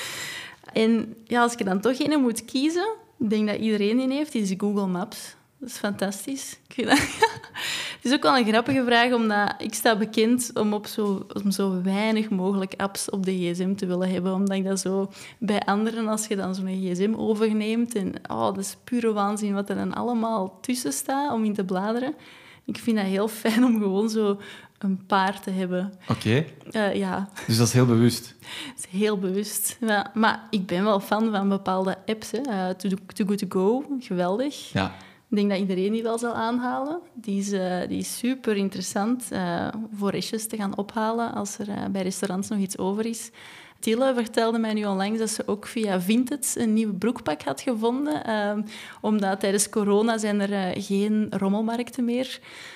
En ja, als je dan toch een moet kiezen, ik denk dat iedereen die heeft, is Google Maps. Dat is fantastisch. Ik vind dat, ja. Het is ook wel een grappige vraag, omdat ik sta bekend om, op zo, om zo weinig mogelijk apps op de gsm te willen hebben. Omdat ik dat zo bij anderen, als je dan zo'n gsm overneemt, en oh, dat is pure waanzin wat er dan allemaal tussen staat om in te bladeren. Ik vind dat heel fijn om gewoon zo een paar te hebben. Oké. Okay. Uh, ja. Dus dat is heel bewust? Dat is heel bewust. Ja, maar ik ben wel fan van bepaalde apps. Hè. Uh, Too, Too Good To Go, geweldig. Ja. Ik denk dat iedereen die wel zal aanhalen. Die is, uh, die is super interessant uh, voor restjes te gaan ophalen als er uh, bij restaurants nog iets over is. Tille vertelde mij nu onlangs dat ze ook via Vinted een nieuw broekpak had gevonden. Uh, omdat tijdens corona zijn er uh, geen rommelmarkten meer.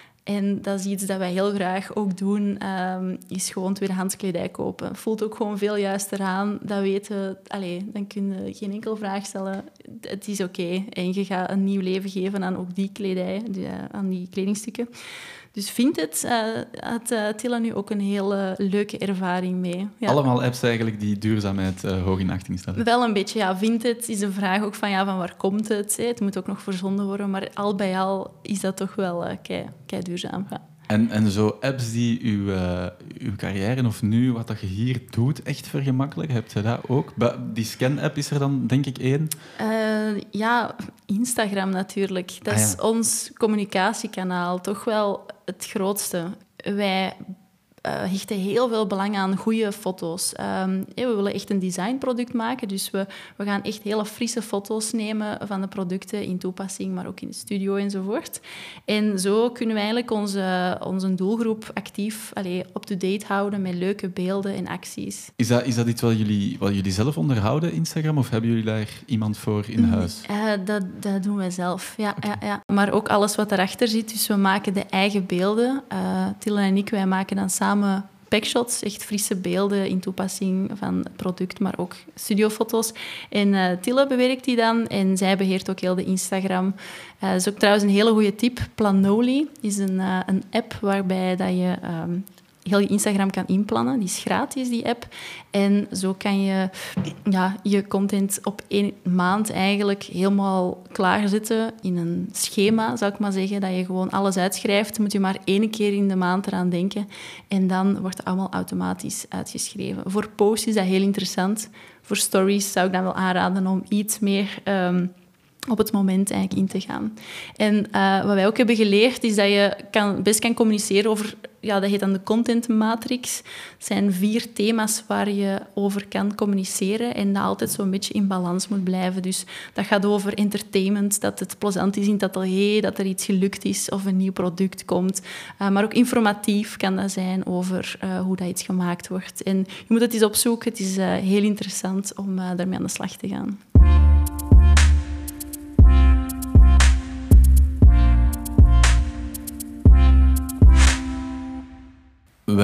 En dat is iets dat wij heel graag ook doen, um, is gewoon tweedehands kledij kopen. Voelt ook gewoon veel juister aan. Dat weten, allee, dan kun je geen enkel vraag stellen. Het is oké. Okay. En je gaat een nieuw leven geven aan ook die kledij, die, aan die kledingstukken. Dus Vinted uh, had uh, Tilla nu ook een hele leuke ervaring mee. Ja. Allemaal apps eigenlijk die duurzaamheid uh, hoog in achting stellen. Wel een beetje, ja. Vinted is een vraag ook van, ja, van waar komt het? Hè? Het moet ook nog verzonden worden, maar al bij al is dat toch wel uh, kei, kei duurzaam. Ja. En, en zo apps die uw, uh, uw carrière of nu, wat dat je hier doet, echt vergemakkelijken, heb je dat ook? Die scan-app is er dan, denk ik, één? Uh, ja, Instagram natuurlijk. Dat ah, ja. is ons communicatiekanaal. Toch wel het grootste. Wij uh, hechten heel veel belang aan goede foto's. Um, we willen echt een designproduct maken, dus we, we gaan echt hele frisse foto's nemen van de producten in toepassing, maar ook in de studio enzovoort. En zo kunnen we eigenlijk onze, onze doelgroep actief allee, up-to-date houden met leuke beelden en acties. Is dat, is dat iets wat jullie, wat jullie zelf onderhouden, Instagram, of hebben jullie daar iemand voor in huis? Uh, dat, dat doen wij zelf, ja, okay. ja, ja. Maar ook alles wat erachter zit. Dus we maken de eigen beelden. Uh, Tille en ik, wij maken dan samen packshots, echt frisse beelden in toepassing van het product, maar ook studiofoto's. En uh, Tille bewerkt die dan en zij beheert ook heel de Instagram. Uh, dat is ook trouwens een hele goede tip. Planoly is een, uh, een app waarbij dat je um, heel je Instagram kan inplannen. Die is gratis, die app. En zo kan je ja, je content op één maand eigenlijk helemaal klaarzetten in een schema, zou ik maar zeggen. Dat je gewoon alles uitschrijft. Moet je maar één keer in de maand eraan denken. En dan wordt het allemaal automatisch uitgeschreven. Voor posts is dat heel interessant. Voor stories zou ik dan wel aanraden om iets meer Um, op het moment eigenlijk in te gaan. En uh, wat wij ook hebben geleerd, is dat je kan, best kan communiceren over, ja, dat heet dan de content matrix. Het zijn vier thema's waar je over kan communiceren en dat altijd zo'n beetje in balans moet blijven. Dus dat gaat over entertainment, dat het plezant is in het atelier, dat er iets gelukt is of een nieuw product komt. Uh, maar ook informatief kan dat zijn over uh, hoe dat iets gemaakt wordt. En je moet het eens opzoeken. Het is uh, heel interessant om uh, daarmee aan de slag te gaan.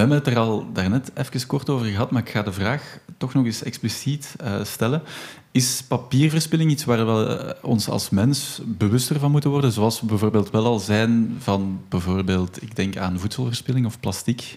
hebben het er al daarnet even kort over gehad, maar ik ga de vraag toch nog eens expliciet uh, stellen. Is papierverspilling iets waar we uh, ons als mens bewuster van moeten worden? Zoals we bijvoorbeeld wel al zijn van bijvoorbeeld, ik denk aan voedselverspilling of plastic?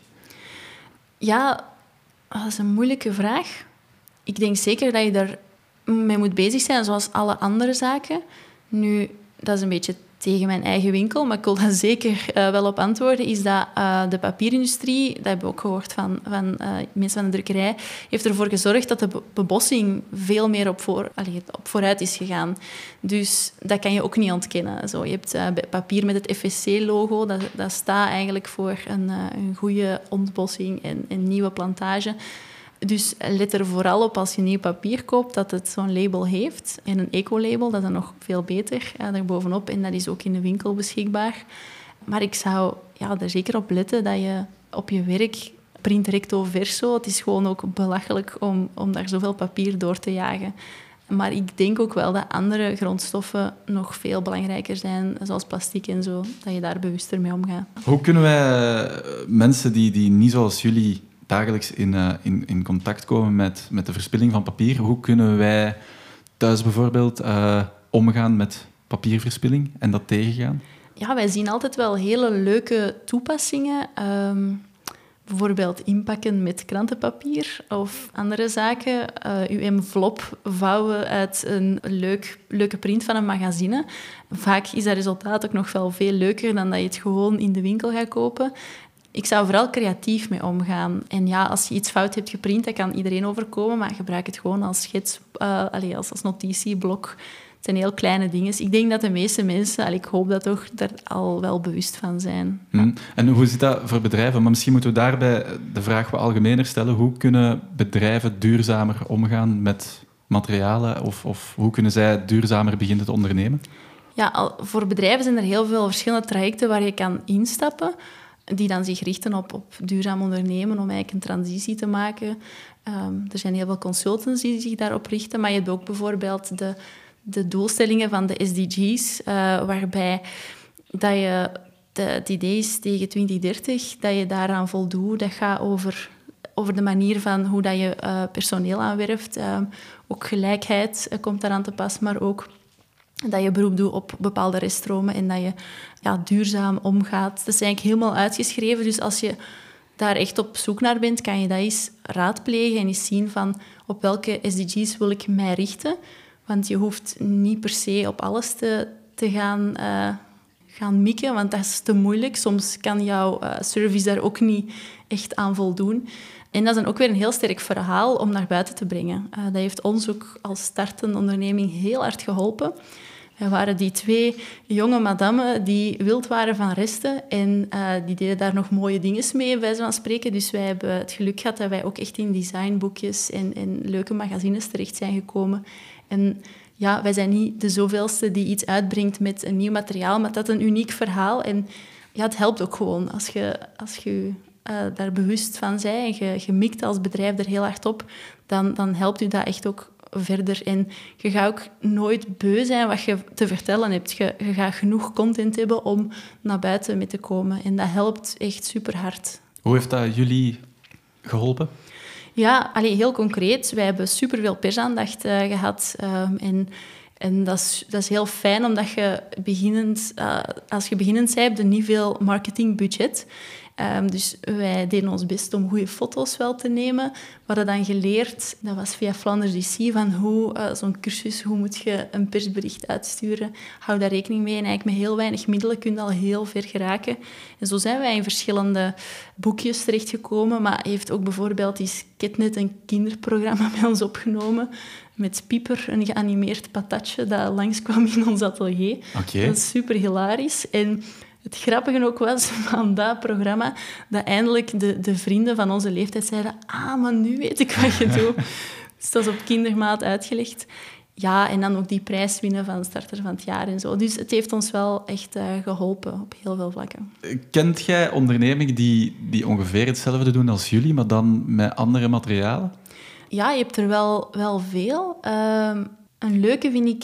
Ja, dat is een moeilijke vraag. Ik denk zeker dat je daar mee moet bezig zijn, zoals alle andere zaken. Nu, dat is een beetje tegen mijn eigen winkel, maar ik wil daar zeker uh, wel op antwoorden, is dat uh, de papierindustrie, dat hebben we ook gehoord van, van uh, mensen van de drukkerij, heeft ervoor gezorgd dat de bebossing veel meer op, voor, allee, op vooruit is gegaan. Dus dat kan je ook niet ontkennen. Zo, je hebt uh, papier met het F S C-logo, dat, dat staat eigenlijk voor een, uh, een goede ontbossing en een nieuwe plantage. Dus let er vooral op als je nieuw papier koopt dat het zo'n label heeft. En een eco-label, dat is dan nog veel beter, ja, daarbovenop. En dat is ook in de winkel beschikbaar. Maar ik zou ja, er zeker op letten dat je op je werk print recto verso. Het is gewoon ook belachelijk om, om daar zoveel papier door te jagen. Maar ik denk ook wel dat andere grondstoffen nog veel belangrijker zijn, zoals plastic en zo, dat je daar bewuster mee omgaat. Hoe kunnen wij mensen die, die niet zoals jullie dagelijks in, uh, in, in contact komen met, met de verspilling van papier, hoe kunnen wij thuis bijvoorbeeld uh, omgaan met papierverspilling en dat tegengaan? Ja, wij zien altijd wel hele leuke toepassingen. Um, bijvoorbeeld inpakken met krantenpapier of andere zaken. Uh, uw envelop vouwen uit een leuk, leuke print van een magazine. Vaak is dat resultaat ook nog wel veel leuker dan dat je het gewoon in de winkel gaat kopen. Ik zou vooral creatief mee omgaan. En ja, als je iets fout hebt geprint, dat kan iedereen overkomen, maar gebruik het gewoon als schets, uh, allez, als, als notitieblok. Het zijn heel kleine dingen. Ik denk dat de meeste mensen, allez, ik hoop dat toch, daar al wel bewust van zijn. Hmm. En hoe zit dat voor bedrijven? Maar misschien moeten we daarbij de vraag wat algemener stellen. Hoe kunnen bedrijven duurzamer omgaan met materialen? Of, of hoe kunnen zij duurzamer beginnen te ondernemen? Ja, al, voor bedrijven zijn er heel veel verschillende trajecten waar je kan instappen, die dan zich richten op, op duurzaam ondernemen, om eigenlijk een transitie te maken. Um, er zijn heel veel consultants die zich daarop richten, maar je hebt ook bijvoorbeeld de, de doelstellingen van de S D G's, uh, waarbij dat je, de, het idee is tegen twintig dertig, dat je daaraan voldoet. Dat gaat over, over de manier van hoe dat je uh, personeel aanwerft. Uh, ook gelijkheid uh, komt daaraan te pas, maar ook dat je beroep doet op bepaalde reststromen en dat je ja, duurzaam omgaat. Dat is eigenlijk helemaal uitgeschreven. Dus als je daar echt op zoek naar bent, kan je dat eens raadplegen en eens zien van op welke S D G's wil ik mij richten. Want je hoeft niet per se op alles te, te gaan, uh, gaan mikken, want dat is te moeilijk. Soms kan jouw uh, service daar ook niet echt aan voldoen. En dat is dan ook weer een heel sterk verhaal om naar buiten te brengen. Uh, dat heeft ons ook als startende onderneming heel hard geholpen. We waren die twee jonge madammen die wild waren van resten en uh, die deden daar nog mooie dingen mee, bij wijze van spreken. Dus wij hebben het geluk gehad dat wij ook echt in designboekjes en, en leuke magazines terecht zijn gekomen. En ja, wij zijn niet de zoveelste die iets uitbrengt met een nieuw materiaal, maar dat is een uniek verhaal. En ja, het helpt ook gewoon als je als je uh, daar bewust van bent en je, je mikt als bedrijf er heel hard op, dan, dan helpt u dat echt ook verder. En je gaat ook nooit beu zijn wat je te vertellen hebt. Je, je gaat genoeg content hebben om naar buiten mee te komen. En dat helpt echt super hard. Hoe heeft dat jullie geholpen? Ja, allee, heel concreet. Wij hebben superveel persaandacht uh, gehad. Uh, en en dat, is, dat is heel fijn, omdat je beginnend, uh, als je beginnend bent, heb je niet veel marketingbudget. Um, dus wij deden ons best om goede foto's wel te nemen. We hadden dan geleerd, dat was via Flanders D C, van hoe uh, zo'n cursus, hoe moet je een persbericht uitsturen. Hou daar rekening mee. En eigenlijk met heel weinig middelen kun je al heel ver geraken. En zo zijn wij in verschillende boekjes terechtgekomen. Maar heeft ook bijvoorbeeld is Ketnet een kinderprogramma bij ons opgenomen. Met Pieper, een geanimeerd patatje dat langskwam in ons atelier. Okay. Dat is super hilarisch. En het grappige ook was van dat programma, dat eindelijk de, de vrienden van onze leeftijd zeiden, ah, maar nu weet ik wat je doet. Dus dat is op kindermaat uitgelegd. Ja, en dan ook die prijs winnen van starter van het jaar en zo. Dus het heeft ons wel echt uh, geholpen op heel veel vlakken. Kent jij ondernemingen die, die ongeveer hetzelfde doen als jullie, maar dan met andere materialen? Ja, je hebt er wel, wel veel. Uh, een leuke vind ik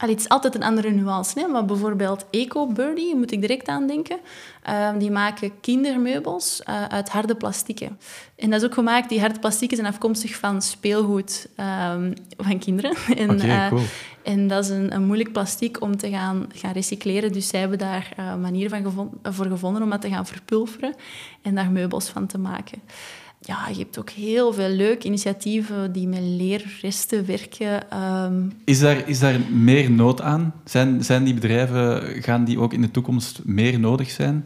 Allee, het is altijd een andere nuance, hè? Maar bijvoorbeeld EcoBirdie, moet ik direct aan denken. Uh, die maken kindermeubels uh, uit harde plastieken. En dat is ook gemaakt, die harde plastieken zijn afkomstig van speelgoed um, van kinderen. Oké, okay, cool. Uh, en dat is een, een moeilijk plastic om te gaan, gaan recycleren. Dus zij hebben daar uh, een manier van gevond, voor gevonden om dat te gaan verpulveren en daar meubels van te maken. Ja, je hebt ook heel veel leuke initiatieven die met leerresten werken. Um... Is daar, is daar meer nood aan? Zijn, zijn die bedrijven, gaan die ook in de toekomst meer nodig zijn?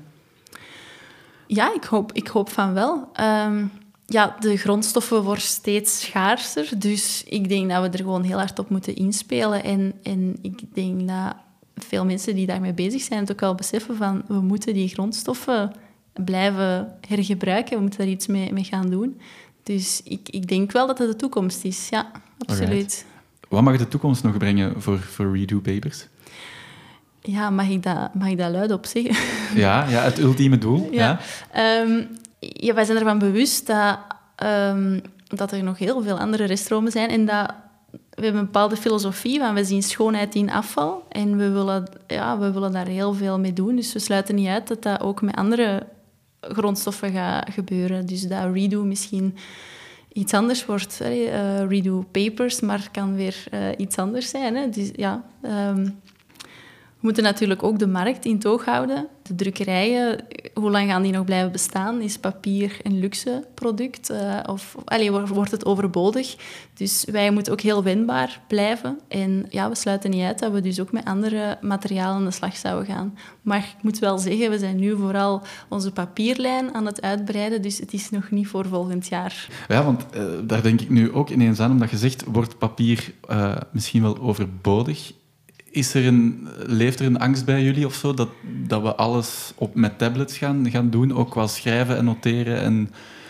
Ja, ik hoop, ik hoop van wel. Um, ja, de grondstoffen worden steeds schaarser. Dus ik denk dat we er gewoon heel hard op moeten inspelen. En, en ik denk dat veel mensen die daarmee bezig zijn het ook wel beseffen van we moeten die grondstoffen blijven hergebruiken. We moeten daar iets mee, mee gaan doen. Dus ik, ik denk wel dat het de toekomst is. Ja, absoluut. Alright. Wat mag de toekomst nog brengen voor, voor Redo Papers? Ja, mag ik dat, mag ik dat luidop zeggen? Ja, ja, het ultieme doel. Ja. Ja. Um, ja, wij zijn ervan bewust dat, um, dat er nog heel veel andere reststromen zijn en dat we hebben een bepaalde filosofie van we zien schoonheid in afval en we willen, ja, we willen daar heel veel mee doen. Dus we sluiten niet uit dat dat ook met andere grondstoffen gaat gebeuren. Dus dat Redo misschien iets anders wordt. Uh, Redo Papers, maar kan weer uh, iets anders zijn. Hè. Dus, ja, um, we moeten natuurlijk ook de markt in het oog houden. De drukkerijen, hoe lang gaan die nog blijven bestaan? Is papier een luxe product? Uh, of allez, wordt het overbodig? Dus wij moeten ook heel wendbaar blijven. En ja, we sluiten niet uit dat we dus ook met andere materialen aan de slag zouden gaan. Maar ik moet wel zeggen, we zijn nu vooral onze papierlijn aan het uitbreiden. Dus het is nog niet voor volgend jaar. Ja, want uh, daar denk ik nu ook ineens aan. Omdat je zegt, wordt papier uh, misschien wel overbodig? Is er een, leeft er een angst bij jullie of zo dat, dat we alles op, met tablets gaan, gaan doen, ook qua schrijven en noteren? En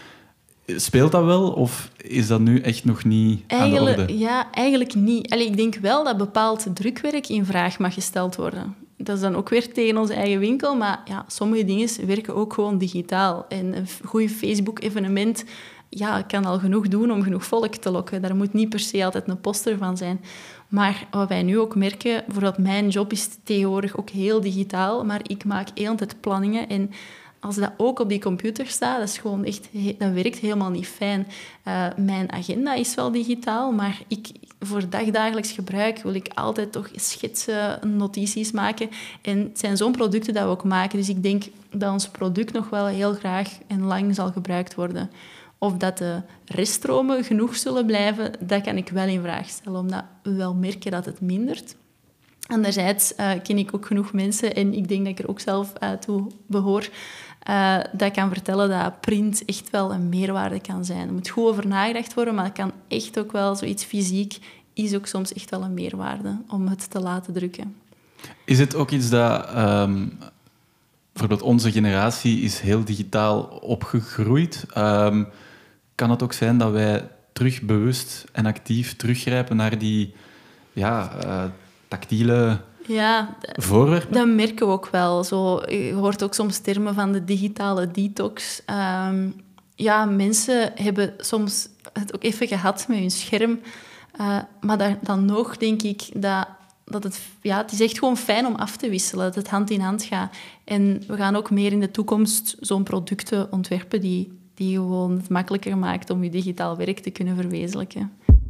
speelt dat wel of is dat nu echt nog niet eigenlijk, aan de orde? Ja, eigenlijk niet. Allee, ik denk wel dat bepaald drukwerk in vraag mag gesteld worden. Dat is dan ook weer tegen onze eigen winkel, maar ja, sommige dingen werken ook gewoon digitaal. En een goed Facebook-evenement ja, kan al genoeg doen om genoeg volk te lokken. Daar moet niet per se altijd een poster van zijn. Maar wat wij nu ook merken, bijvoorbeeld mijn job is tegenwoordig ook heel digitaal, maar ik maak heel de tijd planningen en als dat ook op die computer staat, dat is gewoon echt, dat werkt helemaal niet fijn. Uh, mijn agenda is wel digitaal, maar ik, voor dagdagelijks gebruik wil ik altijd toch schetsen, notities maken. En het zijn zo'n producten dat we ook maken, dus ik denk dat ons product nog wel heel graag en lang zal gebruikt worden. Of dat de reststromen genoeg zullen blijven, dat kan ik wel in vraag stellen, omdat we wel merken dat het mindert. Anderzijds uh, ken ik ook genoeg mensen, en ik denk dat ik er ook zelf uh, toe behoor, uh, dat ik kan vertellen dat print echt wel een meerwaarde kan zijn. Er moet goed over nagedacht worden, maar het kan echt ook wel zoiets fysiek, is ook soms echt wel een meerwaarde om het te laten drukken. Is het ook iets dat... Um, bijvoorbeeld onze generatie is heel digitaal opgegroeid. Um, kan het ook zijn dat wij terug bewust en actief teruggrijpen naar die ja, uh, tactiele ja, voorwerpen? Dat merken we ook wel. Zo, je hoort ook soms termen van de digitale detox. Um, ja, mensen hebben soms het ook even gehad met hun scherm. Uh, maar daar, dan nog denk ik dat... Dat het, ja, het is echt gewoon fijn om af te wisselen, dat het hand in hand gaat. En we gaan ook meer in de toekomst zo'n producten ontwerpen die, die gewoon het makkelijker maakt om je digitaal werk te kunnen verwezenlijken.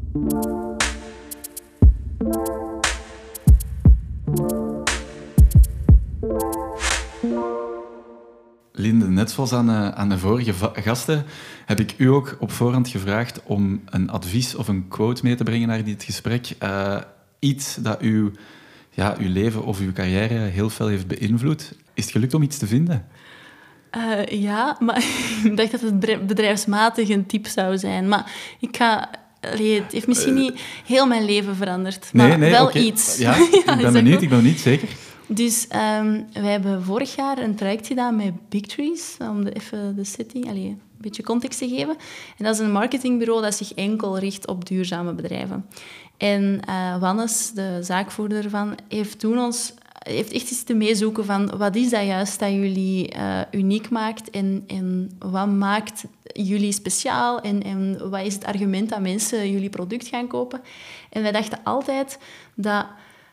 Linde, net zoals aan de, aan de vorige va- gasten heb ik u ook op voorhand gevraagd om een advies of een quote mee te brengen naar dit gesprek. Uh, Iets dat uw, ja, uw leven of uw carrière heel veel heeft beïnvloed. Is het gelukt om iets te vinden? Uh, ja, maar ik dacht dat het bedrijfsmatig een tip zou zijn. Maar ik ga... Allee, het heeft misschien niet heel mijn leven veranderd, maar nee, nee, wel okay. iets. Ja, ik ben benieuwd, ik ben niet zeker. Dus um, wij hebben vorig jaar een traject gedaan met Big Trees, om de, even de setting, allee, een beetje context te geven. En dat is een marketingbureau dat zich enkel richt op duurzame bedrijven. En uh, Wannes, de zaakvoerder ervan, heeft toen ons heeft echt eens te meezoeken van wat is dat juist dat jullie uh, uniek maakt en, en wat maakt jullie speciaal en, en wat is het argument dat mensen jullie product gaan kopen. En wij dachten altijd dat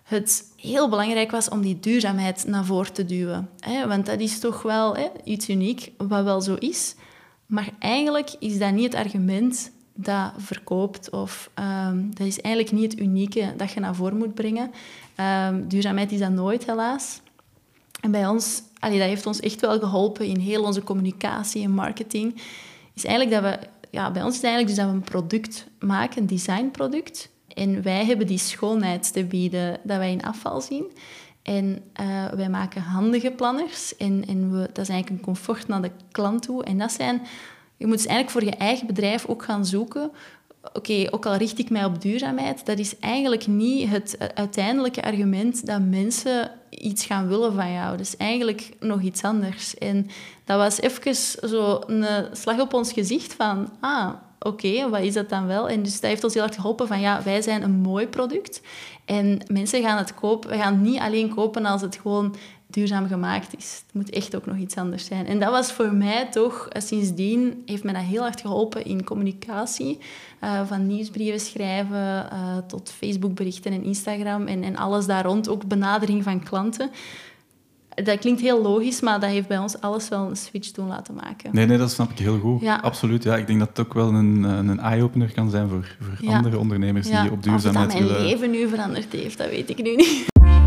het heel belangrijk was om die duurzaamheid naar voren te duwen. Hè? Want dat is toch wel hè, iets uniek, wat wel zo is. Maar eigenlijk is dat niet het argument dat verkoopt. Of, um, dat is eigenlijk niet het unieke dat je naar voren moet brengen. Um, duurzaamheid is dat nooit, helaas. En bij ons, allee, dat heeft ons echt wel geholpen in heel onze communicatie en marketing. Is eigenlijk dat we, ja, bij ons is het eigenlijk dus dat we een product maken, een designproduct. En wij hebben die schoonheid te bieden dat wij in afval zien. En uh, wij maken handige planners. En, en we, dat is eigenlijk een comfort naar de klant toe. En dat zijn... Je moet dus eigenlijk voor je eigen bedrijf ook gaan zoeken. Oké, okay, ook al richt ik mij op duurzaamheid, dat is eigenlijk niet het uiteindelijke argument dat mensen iets gaan willen van jou. Dus eigenlijk nog iets anders. En dat was even zo een slag op ons gezicht van... Ah, oké, okay, wat is dat dan wel? En dus dat heeft ons heel erg geholpen van... Ja, wij zijn een mooi product. En mensen gaan het kopen. We gaan het niet alleen kopen als het gewoon duurzaam gemaakt is. Het moet echt ook nog iets anders zijn. En dat was voor mij toch... Sindsdien heeft mij dat heel hard geholpen in communicatie. Uh, van nieuwsbrieven schrijven uh, tot Facebookberichten en Instagram. En, en alles daar rond. Ook benadering van klanten. Dat klinkt heel logisch, maar dat heeft bij ons alles wel een switch doen laten maken. Nee, nee, dat snap ik heel goed. Ja. Absoluut. Ja, ik denk dat het ook wel een, een eye-opener kan zijn voor, voor ja. andere ondernemers die ja. op duurzaamheid willen... Of het aan mijn leven nu veranderd heeft, dat weet ik nu niet.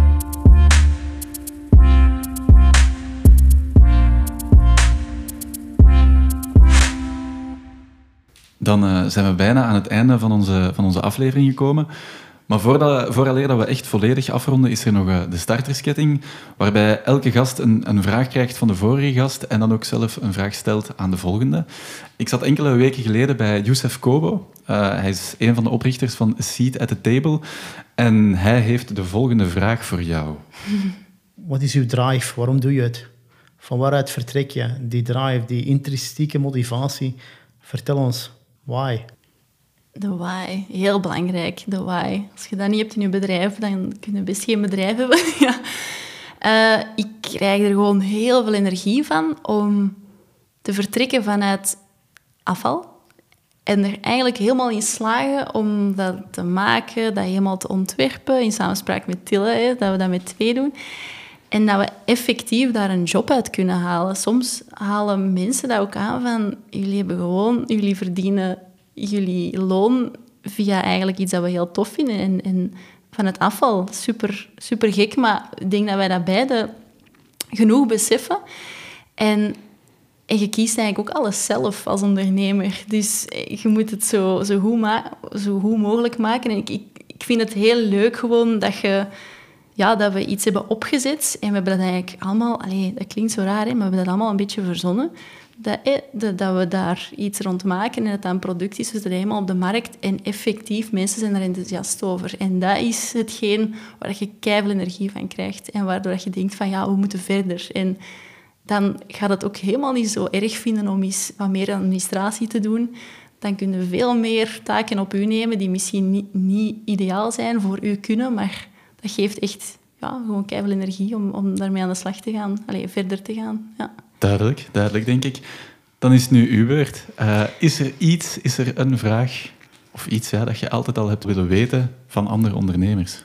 Dan uh, zijn we bijna aan het einde van onze, van onze aflevering gekomen. Maar voordat, vooraleer dat we echt volledig afronden, is er nog uh, de startersketting, waarbij elke gast een, een vraag krijgt van de vorige gast en dan ook zelf een vraag stelt aan de volgende. Ik zat enkele weken geleden bij Youssef Kobo. Uh, hij is een van de oprichters van A Seat at the Table. En hij heeft de volgende vraag voor jou. Wat is uw drive? Waarom doe je het? Van waaruit vertrek je? Die drive, die intrinsieke motivatie. Vertel ons, why? De why, heel belangrijk, de why. Als je dat niet hebt in je bedrijf, dan kun je best geen bedrijf hebben. ja. uh, ik krijg er gewoon heel veel energie van om te vertrekken vanuit afval. En er eigenlijk helemaal in slagen om dat te maken, dat helemaal te ontwerpen, in samenspraak met Tille, hè, dat we dat met twee doen. En dat we effectief daar een job uit kunnen halen. Soms halen mensen dat ook aan van... Jullie hebben gewoon... Jullie verdienen jullie loon via eigenlijk iets dat we heel tof vinden. En, en van het afval, super, super gek. Maar ik denk dat wij dat beide genoeg beseffen. En, en je kiest eigenlijk ook alles zelf als ondernemer. Dus je moet het zo, zo, goed, ma- zo goed mogelijk maken. En ik, ik, ik vind het heel leuk gewoon dat je... Ja, dat we iets hebben opgezet en we hebben dat eigenlijk allemaal... Allee, dat klinkt zo raar, hè, maar we hebben dat allemaal een beetje verzonnen. Dat, eh, dat, dat we daar iets rond maken en dat dat een product is. We zetten helemaal op de markt en effectief, mensen zijn er enthousiast over. En dat is hetgeen waar je keiveel energie van krijgt en waardoor je denkt van ja, we moeten verder. En dan gaat het ook helemaal niet zo erg vinden om eens wat meer administratie te doen. Dan kun je veel meer taken op u nemen die misschien niet, niet ideaal zijn voor u kunnen, maar... Dat geeft echt ja, gewoon keiveel energie om, om daarmee aan de slag te gaan. Allee, verder te gaan. Ja. Duidelijk, duidelijk, denk ik. Dan is het nu uw beurt. Uh, is er iets, is er een vraag of iets ja, dat je altijd al hebt willen weten van andere ondernemers?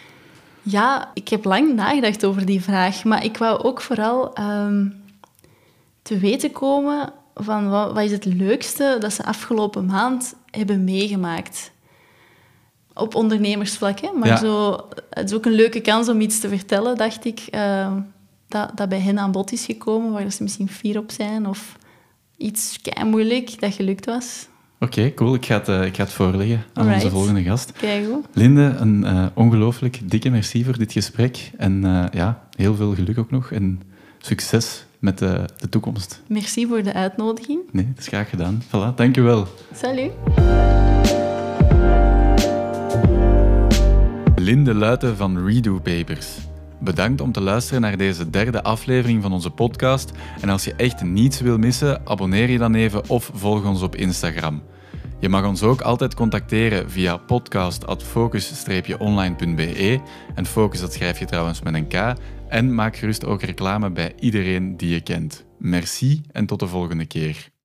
Ja, ik heb lang nagedacht over die vraag. Maar ik wou ook vooral um, te weten komen van wat, wat is het leukste dat ze afgelopen maand hebben meegemaakt. Op ondernemersvlak, hè? Maar ja. zo, het is ook een leuke kans om iets te vertellen, dacht ik, uh, dat, dat bij hen aan bod is gekomen, waar ze misschien fier op zijn, of iets kei moeilijk dat gelukt was. Oké, okay, cool. Ik ga, het, uh, ik ga het voorleggen aan Alright. onze volgende gast. Keigoed. Linde, een uh, ongelooflijk dikke merci voor dit gesprek. En uh, ja, heel veel geluk ook nog. En succes met uh, de toekomst. Merci voor de uitnodiging. Nee, dat is graag gedaan. Voilà, dank u wel. Salut. Linde Luiten van Redo Papers. Bedankt om te luisteren naar deze derde aflevering van onze podcast. En als je echt niets wil missen, abonneer je dan even of volg ons op Instagram. Je mag ons ook altijd contacteren via podcast at focus online punt b e. En focus, dat schrijf je trouwens met een K. En maak gerust ook reclame bij iedereen die je kent. Merci en tot de volgende keer.